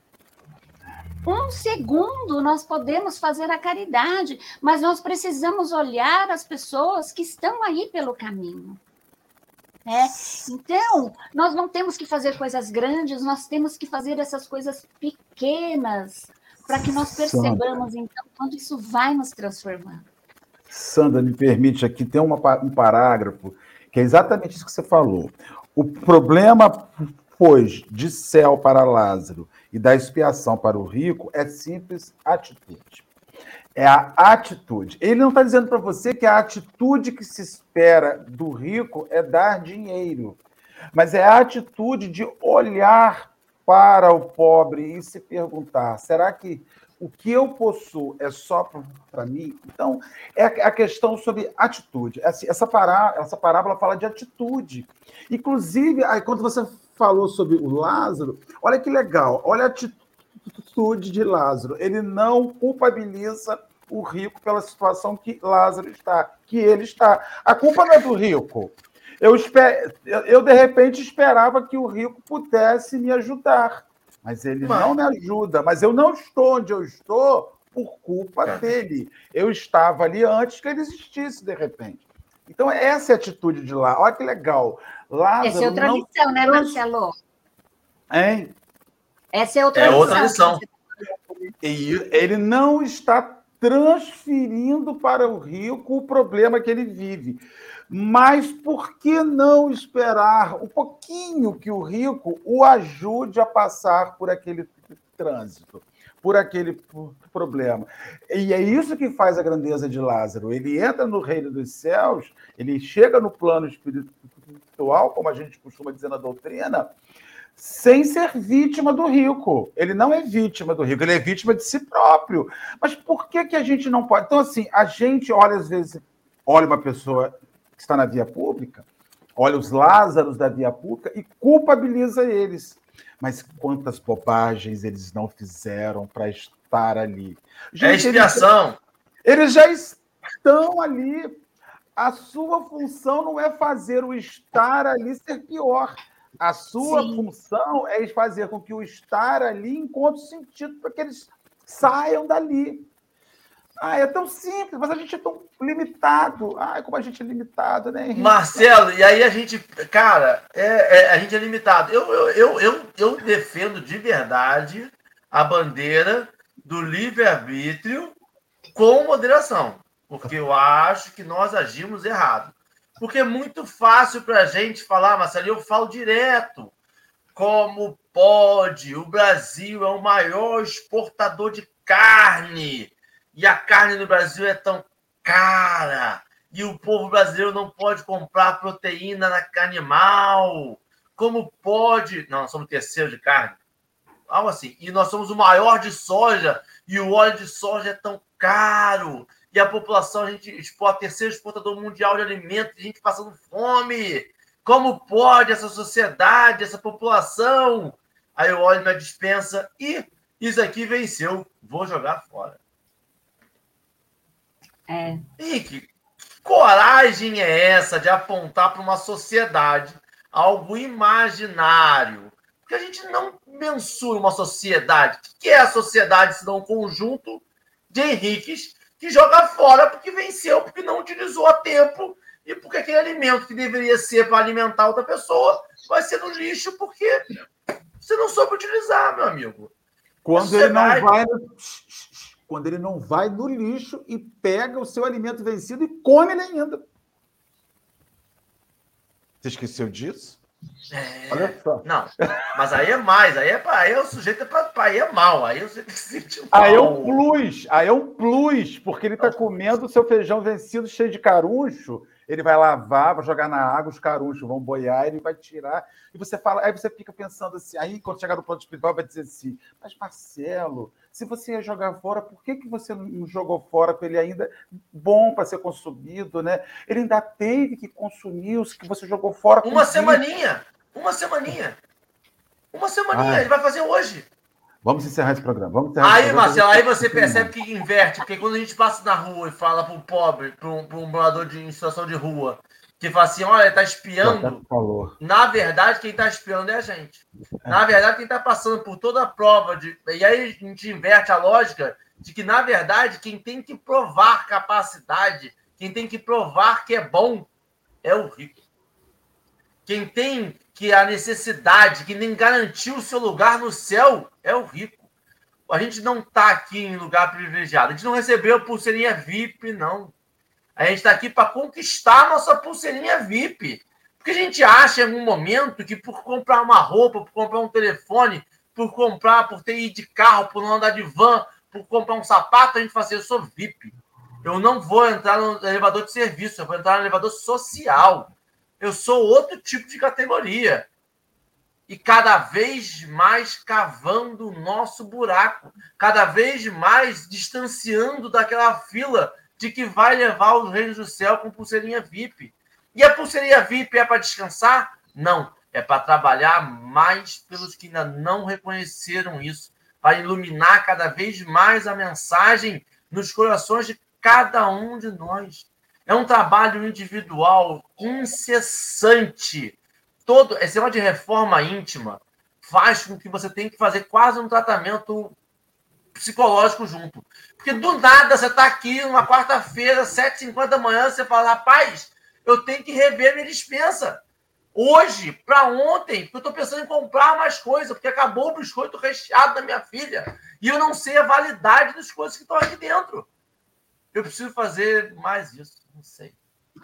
1 segundo nós podemos fazer a caridade, mas nós precisamos olhar as pessoas que estão aí pelo caminho. Né? Então, nós não temos que fazer coisas grandes, nós temos que fazer essas coisas pequenas para que nós percebamos, então, quando isso vai nos transformando. Sandra, me permite aqui, tem um parágrafo que é exatamente isso que você falou. O problema, pois, de céu para Lázaro e da expiação para o rico é simples atitude. É a atitude. Ele não está dizendo para você que a atitude que se espera do rico é dar dinheiro, mas é a atitude de olhar para o pobre e se perguntar, será que o que eu possuo é só para mim? Então, é a questão sobre atitude. Essa parábola fala de atitude. Inclusive, aí, quando você falou sobre o Lázaro, olha que legal, olha a atitude de Lázaro. Ele não culpabiliza o rico pela situação que Lázaro está, que ele está. A culpa não é do rico. Eu de repente, esperava que o rico pudesse me ajudar. Mas ele não me ajuda, mas eu não estou onde eu estou por culpa dele. Eu estava ali antes que ele existisse, de repente. Então, essa é a atitude de lá. Olha que legal. Lázaro essa é outra lição, né, Marcelo? Hein? Essa é outra lição. E ele não está transferindo para o rico o problema que ele vive. Mas por que não esperar um pouquinho que o rico o ajude a passar por aquele trânsito, por aquele problema? E é isso que faz a grandeza de Lázaro. Ele entra no reino dos céus, ele chega no plano espiritual, como a gente costuma dizer na doutrina, sem ser vítima do rico. Ele não é vítima do rico, ele é vítima de si próprio. Mas por que a gente não pode? Então, assim, a gente olha, às vezes, olha uma pessoa que está na via pública, olha os Lázaros da via pública e culpabiliza eles. Mas quantas bobagens eles não fizeram para estar ali. Gente, é expiação. Eles já estão ali. A sua função não é fazer o estar ali ser pior. A sua função é fazer com que o estar ali encontre sentido para que eles saiam dali. É tão simples, mas a gente é tão limitado. Como a gente é limitado, né, Henrique? Marcelo, e aí a gente, cara, a gente é limitado. Eu defendo de verdade a bandeira do livre-arbítrio com moderação, porque eu acho que nós agimos errado. Porque é muito fácil para a gente falar, Marcelo, eu falo direto, como pode? O Brasil é o maior exportador de carne, e a carne no Brasil é tão cara, e o povo brasileiro não pode comprar proteína na animal. Como pode? Não, nós somos o terceiro de carne. Algo assim. E nós somos o maior de soja, e o óleo de soja é tão caro. E a população, a gente exporta, terceiro exportador mundial de alimentos, gente passando fome. Como pode essa sociedade, essa população? Aí eu olho na despensa e isso aqui venceu. Vou jogar fora. E que coragem é essa de apontar para uma sociedade algo imaginário? Porque a gente não mensura uma sociedade. O que é a sociedade se não um conjunto de Henriques que joga fora porque venceu, porque não utilizou a tempo e porque aquele alimento que deveria ser para alimentar outra pessoa vai ser no lixo porque você não soube utilizar, meu amigo. Quando ele não vai no lixo e pega o seu alimento vencido e come ele ainda. Você esqueceu disso? Olha só. Não, mas aí é mais. Aí o sujeito aí é mal. Aí você tem que se sentir mal. Aí é um plus, porque ele está comendo o seu feijão vencido cheio de caruncho. Ele vai lavar, vai jogar na água, os carunchos vão boiar, ele vai tirar. E você fala, aí você fica pensando assim, aí quando chegar no plano espiritual vai dizer assim, mas Marcelo, se você ia jogar fora, por que você não jogou fora com ele ainda bom para ser consumido, né? Ele ainda teve que consumir os que você jogou fora. Uma semaninha, ele vai fazer hoje. Vamos encerrar esse programa. Marcelo, aí você percebe que inverte, porque quando a gente passa na rua e fala para um pobre, para um morador em situação de rua, que fala assim, olha, ele está espiando, na verdade, quem está espiando é a gente. Na verdade, quem está passando por toda a prova, e aí a gente inverte a lógica de que, na verdade, quem tem que provar capacidade, quem tem que provar que é bom, é o rico. Quem tem que a necessidade, que nem garantiu o seu lugar no céu, é o rico. A gente não está aqui em lugar privilegiado. A gente não recebeu pulseirinha VIP, não. A gente está aqui para conquistar a nossa pulseirinha VIP. Porque a gente acha em algum momento que por comprar uma roupa, por comprar um telefone, por ter ido de carro, por não andar de van, por comprar um sapato, a gente fala assim, eu sou VIP. Eu não vou entrar no elevador de serviço, eu vou entrar no elevador social. Eu sou outro tipo de categoria. E cada vez mais cavando o nosso buraco. Cada vez mais distanciando daquela fila de que vai levar os reinos do céu com pulseirinha VIP. E a pulseirinha VIP é para descansar? Não. É para trabalhar mais pelos que ainda não reconheceram isso. Para iluminar cada vez mais a mensagem nos corações de cada um de nós. É um trabalho individual incessante. Esse negócio de reforma íntima faz com que você tenha que fazer quase um tratamento psicológico junto. Porque do nada você está aqui numa quarta-feira, 7h50 da manhã, você fala, rapaz, eu tenho que rever minha despensa. Hoje, para ontem, porque eu estou pensando em comprar mais coisa, porque acabou o biscoito recheado da minha filha. E eu não sei a validade das coisas que estão aqui dentro. Eu preciso fazer mais isso. Não sei.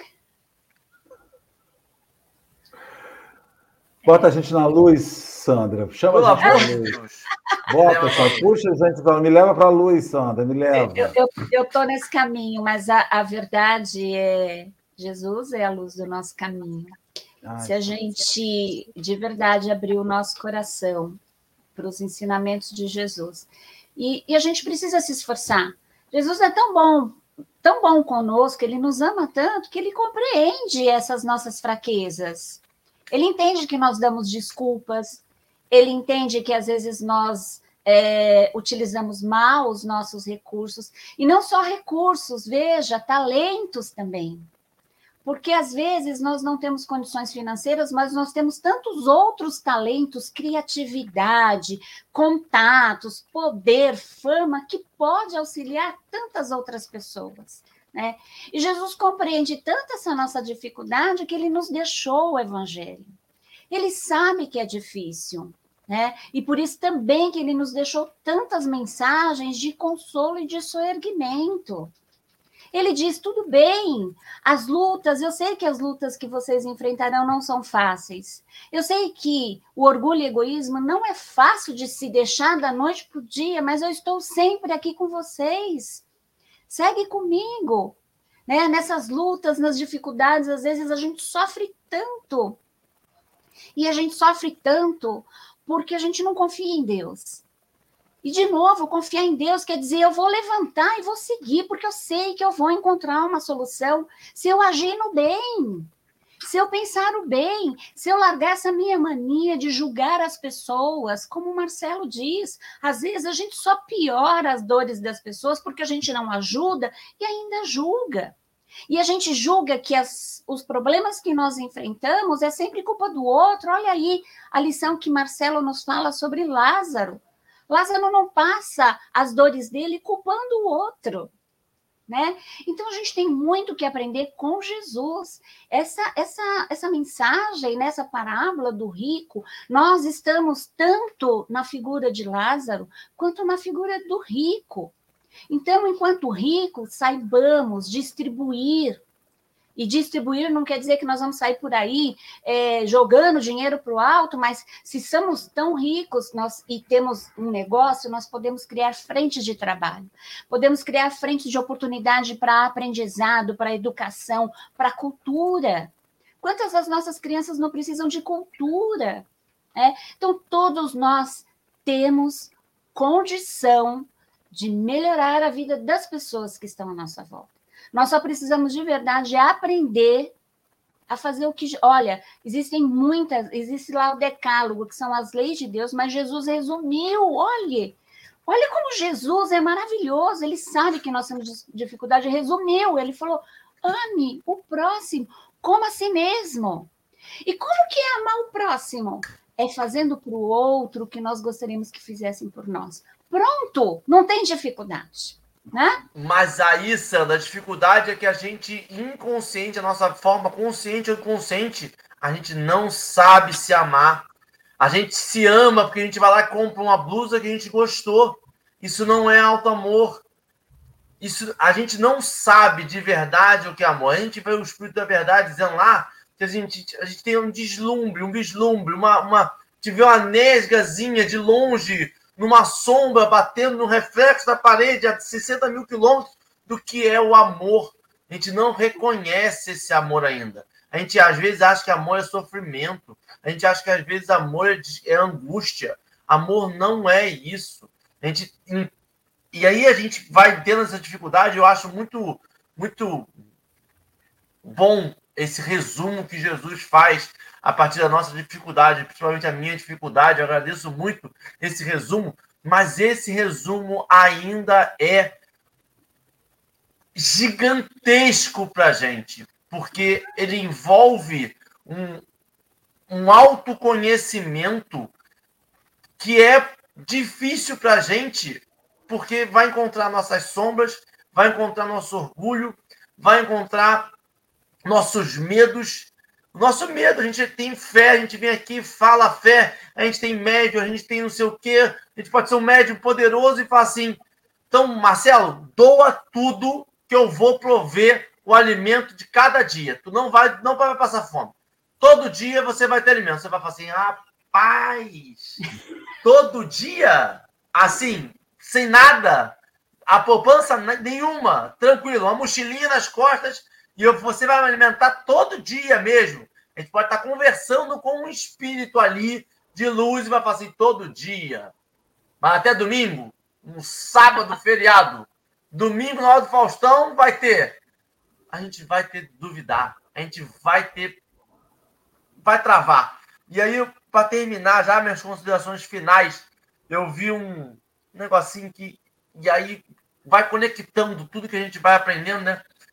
Bota a gente na luz, Sandra. Chama a gente na luz. Bota, só. Puxa, gente, me leva para a luz, Sandra. Me leva. Eu estou nesse caminho, mas a verdade é Jesus é a luz do nosso caminho. Se a gente, de verdade, abrir o nosso coração para os ensinamentos de Jesus. E a gente precisa se esforçar. Jesus é tão bom conosco, ele nos ama tanto, que ele compreende essas nossas fraquezas. Ele entende que nós damos desculpas, ele entende que às vezes nós utilizamos mal os nossos recursos, e não só recursos, veja, talentos também. Porque às vezes nós não temos condições financeiras, mas nós temos tantos outros talentos, criatividade, contatos, poder, fama, que pode auxiliar tantas outras pessoas, né? E Jesus compreende tanto essa nossa dificuldade que ele nos deixou o evangelho. Ele sabe que é difícil, né? E por isso também que ele nos deixou tantas mensagens de consolo e de soerguimento. Ele diz, tudo bem, as lutas, eu sei que as lutas que vocês enfrentarão não são fáceis. Eu sei que o orgulho e o egoísmo não é fácil de se deixar da noite para o dia, mas eu estou sempre aqui com vocês. Segue comigo. Né? Nessas lutas, nas dificuldades, às vezes a gente sofre tanto. E a gente sofre tanto porque a gente não confia em Deus. E, de novo, confiar em Deus quer dizer, eu vou levantar e vou seguir, porque eu sei que eu vou encontrar uma solução se eu agir no bem, se eu pensar o bem, se eu largar essa minha mania de julgar as pessoas, como o Marcelo diz, às vezes a gente só piora as dores das pessoas porque a gente não ajuda e ainda julga. E a gente julga que os problemas que nós enfrentamos é sempre culpa do outro. Olha aí a lição que Marcelo nos fala sobre Lázaro. Lázaro não passa as dores dele culpando o outro, né? Então a gente tem muito que aprender com Jesus. Essa mensagem, nessa parábola do rico, nós estamos tanto na figura de Lázaro quanto na figura do rico. Então, enquanto ricos, saibamos distribuir. E distribuir não quer dizer que nós vamos sair por aí jogando dinheiro para o alto, mas se somos tão ricos e temos um negócio, nós podemos criar frentes de trabalho, podemos criar frentes de oportunidade para aprendizado, para educação, para cultura. Quantas das nossas crianças não precisam de cultura? Então, todos nós temos condição de melhorar a vida das pessoas que estão à nossa volta. Nós só precisamos de verdade aprender a fazer o que... Olha, existe lá o decálogo, que são as leis de Deus, mas Jesus resumiu, olha como Jesus é maravilhoso, ele sabe que nós temos dificuldade, resumiu, ele falou, ame o próximo como a si mesmo. E como que é amar o próximo? É fazendo para o outro o que nós gostaríamos que fizessem por nós. Pronto, não tem dificuldade. Né? Mas aí, Sandra, a dificuldade é que a gente, inconsciente, a nossa forma consciente ou inconsciente, a gente não sabe se amar. A gente se ama porque a gente vai lá e compra uma blusa que a gente gostou. Isso não é auto-amor. A gente não sabe de verdade o que é amor. A gente vê o Espírito da Verdade dizendo lá que a gente tem um vislumbre, te vê uma nesgazinha de longe, numa sombra, batendo no reflexo da parede a 60 mil quilômetros do que é o amor. A gente não reconhece esse amor ainda. A gente, às vezes, acha que amor é sofrimento. A gente acha que, às vezes, amor é angústia. Amor não é isso. E aí a gente vai tendo essa dificuldade. Eu acho muito, muito bom esse resumo que Jesus faz a partir da nossa dificuldade, principalmente a minha dificuldade. Eu agradeço muito esse resumo, mas esse resumo ainda é gigantesco para a gente, porque ele envolve um autoconhecimento que é difícil para a gente, porque vai encontrar nossas sombras, vai encontrar nosso orgulho, vai encontrar nossos medos. Nosso medo, a gente tem fé, a gente vem aqui, fala a fé, a gente tem médium, a gente tem não sei o quê, a gente pode ser um médium poderoso e falar assim, então, Marcelo, doa tudo que eu vou prover o alimento de cada dia. Tu não vai passar fome. Todo dia você vai ter alimento. Você vai falar assim, rapaz, todo dia, assim, sem nada, a poupança nenhuma, tranquilo, uma mochilinha nas costas, e você vai me alimentar todo dia mesmo. A gente pode estar conversando com um espírito ali de luz e vai falar assim, todo dia. Mas até domingo, um sábado, feriado. Domingo, na hora do Faustão, vai ter. A gente vai ter que duvidar. A gente vai travar. E aí, para terminar já minhas considerações finais, eu vi um negocinho que... E aí vai conectando tudo que a gente vai aprendendo, né?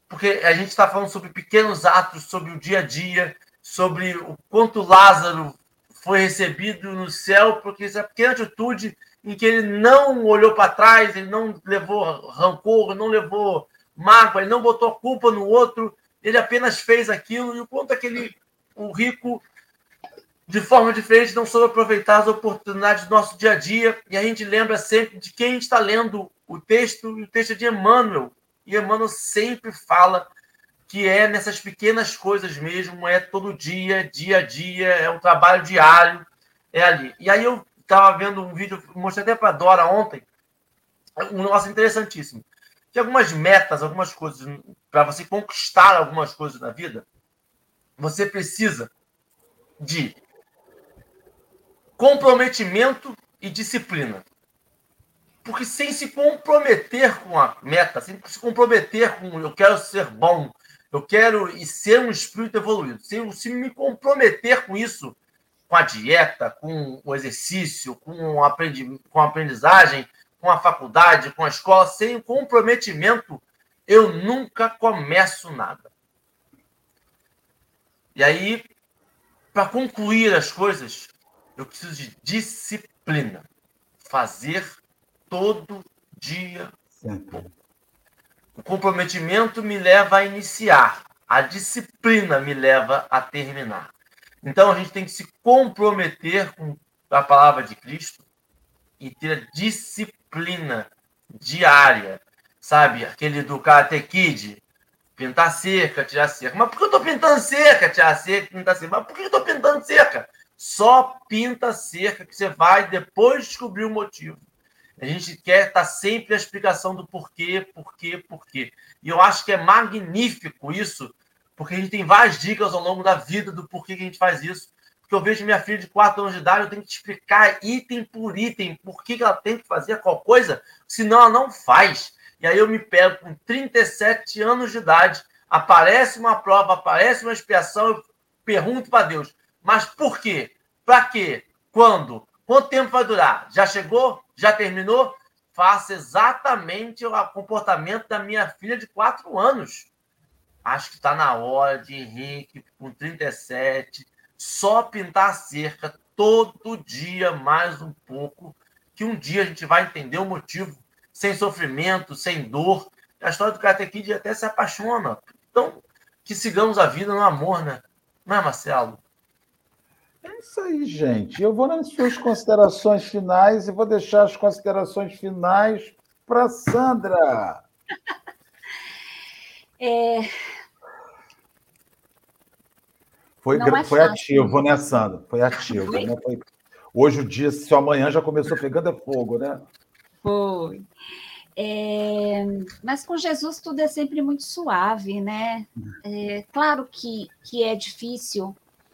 porque a gente está falando sobre pequenos atos, sobre o dia a dia, sobre o quanto Lázaro foi recebido no céu, porque essa pequena atitude em que ele não olhou para trás, ele não levou rancor, não levou mágoa, ele não botou a culpa no outro, ele apenas fez aquilo, e o quanto o rico, de forma diferente, não soube aproveitar as oportunidades do nosso dia a dia, e a gente lembra sempre de quem está lendo o texto, e o texto é de Emmanuel, e Emmanuel sempre fala que é nessas pequenas coisas mesmo, é todo dia, dia a dia, é um trabalho diário, é ali. E aí eu estava vendo um vídeo, mostrei até para a Dora ontem, um negócio interessantíssimo, que algumas metas, algumas coisas, para você conquistar algumas coisas na vida, você precisa de comprometimento e disciplina. Porque sem se comprometer com a meta, sem se comprometer com eu quero ser bom, eu quero ser um espírito evoluído, se me comprometer com isso, com a dieta, com o exercício, com a aprendizagem, com a faculdade, com a escola, sem o comprometimento, eu nunca começo nada. E aí, para concluir as coisas, eu preciso de disciplina. Fazer todo dia. O comprometimento me leva a iniciar. A disciplina me leva a terminar. Então, a gente tem que se comprometer com a palavra de Cristo e ter a disciplina diária. Sabe? Aquele do Karate Kid. Pintar cerca, tirar cerca. Mas por que eu estou pintando cerca, tirar cerca, pintar cerca? Mas por que eu estou pintando cerca? Só pinta cerca que você vai depois descobrir o motivo. A gente quer estar sempre a explicação do porquê. E eu acho que é magnífico isso, porque a gente tem várias dicas ao longo da vida do porquê que a gente faz isso. Porque eu vejo minha filha de 4 anos de idade, eu tenho que explicar item por item por que ela tem que fazer qual coisa, senão ela não faz. E aí eu me pego com 37 anos de idade, aparece uma prova, aparece uma expiação, eu pergunto para Deus, mas por quê? Para quê? Quando? Quanto tempo vai durar? Já chegou? Já terminou? Faça exatamente o comportamento da minha filha de 4 anos. Acho que está na hora de Henrique, com 37, só pintar a cerca todo dia mais um pouco, que um dia a gente vai entender o motivo, sem sofrimento, sem dor. A história do Karate Kid até se apaixona. Então, que sigamos a vida no amor, né? Não é, Marcelo? É isso aí, gente. Eu vou nas suas considerações finais e vou deixar as considerações finais para Sandra. Foi ativo, né, Sandra? Foi ativo. Né? Hoje o dia, se amanhã já começou pegando fogo, né? Foi. Mas com Jesus tudo é sempre muito suave, né? Claro que é difícil,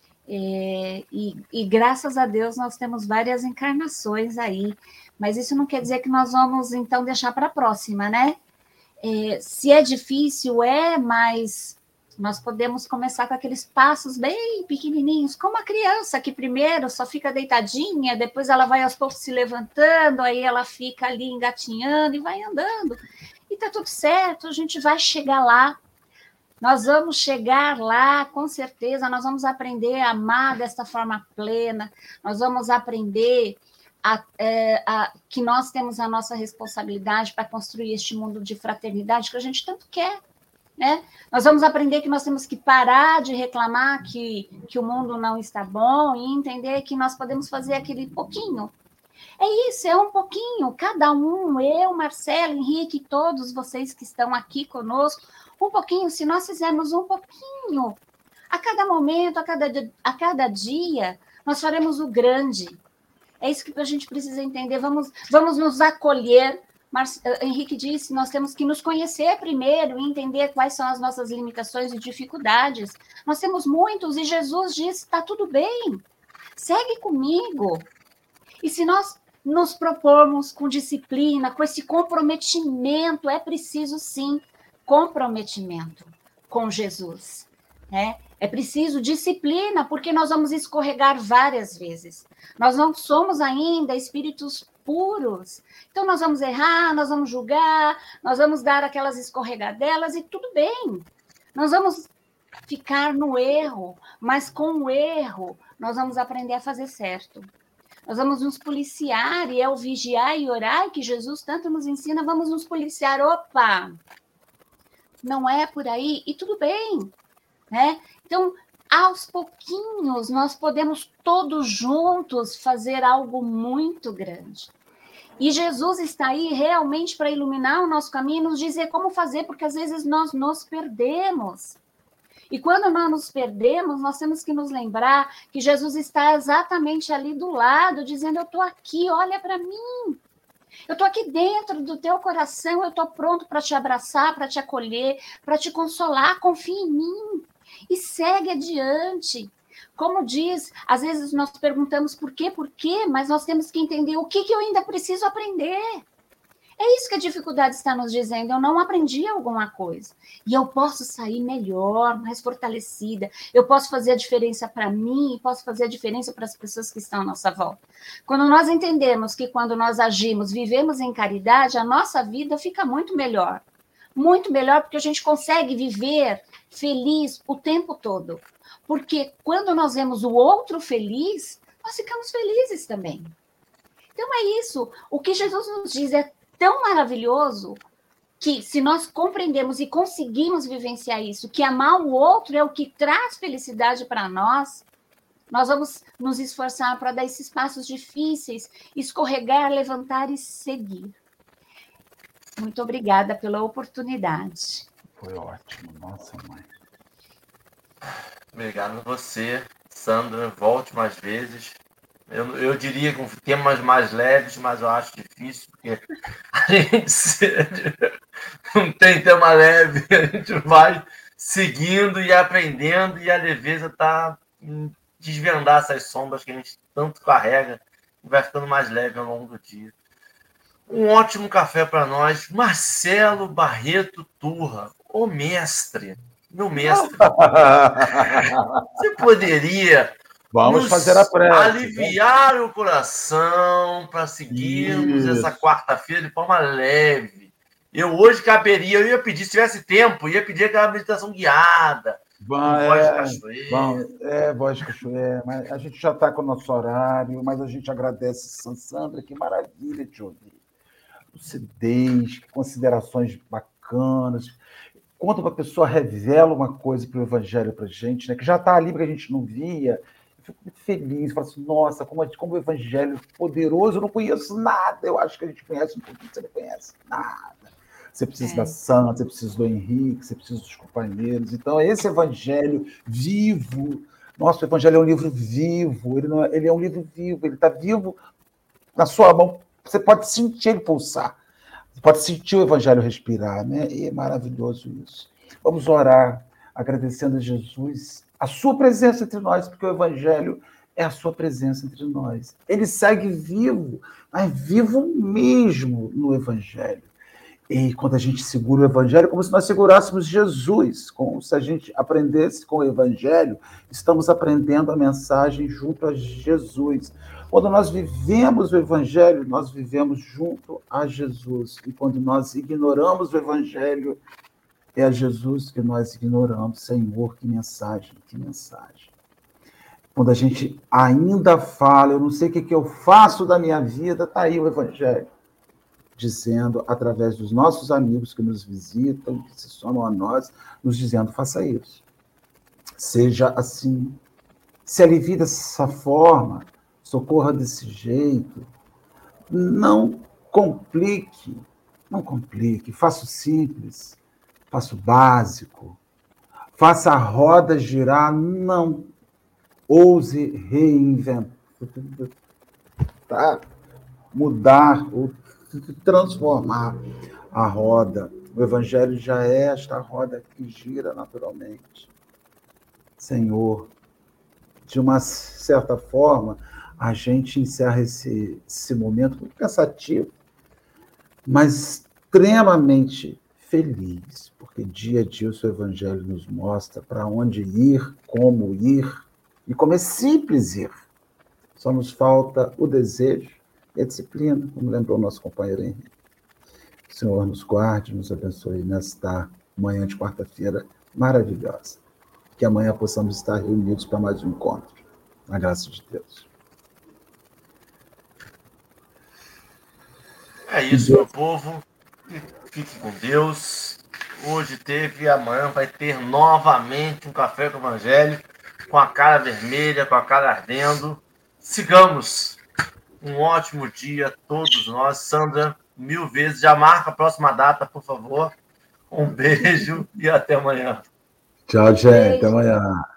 e graças a Deus nós temos várias encarnações aí, mas isso não quer dizer que nós vamos, então, deixar para a próxima, né? Se é difícil, mas nós podemos começar com aqueles passos bem pequenininhos, como a criança, que primeiro só fica deitadinha, depois ela vai aos poucos se levantando, aí ela fica ali engatinhando e vai andando. E tá tudo certo, a gente vai chegar lá. Nós vamos chegar lá, com certeza, nós vamos aprender a amar desta forma plena, nós vamos aprender que nós temos a nossa responsabilidade para construir este mundo de fraternidade que a gente tanto quer. Né? Nós vamos aprender que nós temos que parar de reclamar que o mundo não está bom e entender que nós podemos fazer aquele pouquinho. É isso, é um pouquinho, cada um, eu, Marcelo, Henrique, todos vocês que estão aqui conosco, um pouquinho, se nós fizermos um pouquinho, a cada momento, a cada dia, nós faremos o grande. É isso que a gente precisa entender, vamos nos acolher. Henrique disse, nós temos que nos conhecer primeiro e entender quais são as nossas limitações e dificuldades. Nós temos muitos e Jesus disse, está tudo bem, segue comigo. E se nós nos propormos com disciplina, com esse comprometimento, é preciso sim comprometimento com Jesus, né? É preciso disciplina, porque nós vamos escorregar várias vezes. Nós não somos ainda espíritos puros. Então, nós vamos errar, nós vamos julgar, nós vamos dar aquelas escorregadelas e tudo bem. Nós vamos ficar no erro, mas com o erro, nós vamos aprender a fazer certo. Nós vamos nos policiar, e é o vigiar e orar que Jesus tanto nos ensina, vamos nos policiar. Opa, não é por aí, e tudo bem, né? Então, aos pouquinhos, nós podemos todos juntos fazer algo muito grande. E Jesus está aí realmente para iluminar o nosso caminho e nos dizer como fazer, porque às vezes nós nos perdemos. E quando nós nos perdemos, nós temos que nos lembrar que Jesus está exatamente ali do lado, dizendo, eu estou aqui, olha para mim. Eu estou aqui dentro do teu coração, eu estou pronto para te abraçar, para te acolher, para te consolar, confia em mim. E segue adiante. Como diz, às vezes nós perguntamos por quê, mas nós temos que entender o que eu ainda preciso aprender. É isso que a dificuldade está nos dizendo. Eu não aprendi alguma coisa. E eu posso sair melhor, mais fortalecida. Eu posso fazer a diferença para mim e posso fazer a diferença para as pessoas que estão à nossa volta. Quando nós entendemos que quando nós agimos, vivemos em caridade, a nossa vida fica muito melhor. Muito melhor porque a gente consegue viver feliz o tempo todo. Porque quando nós vemos o outro feliz, nós ficamos felizes também. Então é isso. O que Jesus nos diz é tão maravilhoso que se nós compreendemos e conseguimos vivenciar isso, que amar o outro é o que traz felicidade para nós, nós vamos nos esforçar para dar esses passos difíceis, escorregar, levantar e seguir. Muito obrigada pela oportunidade. Foi ótimo, nossa mãe. Obrigado a você, Sandra. Volte mais vezes. Eu diria com temas mais leves, mas eu acho difícil, porque a gente não tem tema leve, a gente vai seguindo e aprendendo, e a leveza está em desvendar essas sombras que a gente tanto carrega, e vai ficando mais leve ao longo do dia. Um ótimo café para nós, Marcelo Barreto Turra, o mestre, meu mestre. Você poderia... Vamos fazer a prece. Aliviar o coração para seguirmos essa quarta-feira de forma leve. Eu hoje caberia, eu ia pedir, se tivesse tempo, ia pedir aquela meditação guiada. Voz de cachoeira. Voz de cachoeira. Mas a gente já está com o nosso horário, mas a gente agradece, Sandra, que maravilha de ouvir. Lucidez, considerações bacanas. Quando uma pessoa revela uma coisa para o Evangelho para a gente, né, que já está ali porque a gente não via, fico muito feliz, falo assim, nossa, como o Evangelho é poderoso, eu não conheço nada, eu acho que a gente conhece um pouquinho, você não conhece nada. Você precisa da Santa, você precisa do Henrique, você precisa dos companheiros. Então, esse Evangelho vivo, nosso Evangelho é um livro vivo, ele é um livro vivo, ele está vivo na sua mão, você pode sentir ele pulsar, você pode sentir o Evangelho respirar, né? E é maravilhoso isso. Vamos orar, agradecendo a Jesus a sua presença entre nós, porque o Evangelho é a sua presença entre nós. Ele segue vivo, mas vivo mesmo no Evangelho. E quando a gente segura o Evangelho, é como se nós segurássemos Jesus, como se a gente aprendesse com o Evangelho, estamos aprendendo a mensagem junto a Jesus. Quando nós vivemos o Evangelho, nós vivemos junto a Jesus. E quando nós ignoramos o Evangelho, é a Jesus que nós ignoramos. Senhor, que mensagem, que mensagem. Quando a gente ainda fala, eu não sei o que eu faço da minha vida, está aí o Evangelho, dizendo, através dos nossos amigos que nos visitam, que se somam a nós, nos dizendo, faça isso. Seja assim. Se alivie dessa forma, socorra desse jeito. Não complique, faça o simples. Faça o básico, faça a roda girar, não ouse reinventar, mudar ou transformar a roda. O Evangelho já é esta roda que gira naturalmente. Senhor, de uma certa forma, a gente encerra esse momento muito cansativo, mas extremamente feliz, porque dia a dia o seu Evangelho nos mostra para onde ir, e como é simples ir. Só nos falta o desejo e a disciplina, como lembrou o nosso companheiro Henrique. O Senhor nos guarde, nos abençoe nesta manhã de quarta-feira maravilhosa. Que amanhã possamos estar reunidos para mais um encontro. Na graça de Deus. É isso, meu povo. Fique com Deus. Hoje teve, amanhã vai ter novamente um Café com o Evangelho, com a cara vermelha, com a cara ardendo. Sigamos. Um ótimo dia a todos nós. Sandra, 1000 vezes. Já marca a próxima data, por favor. Um beijo e até amanhã. Tchau, gente. Beijo. Até amanhã.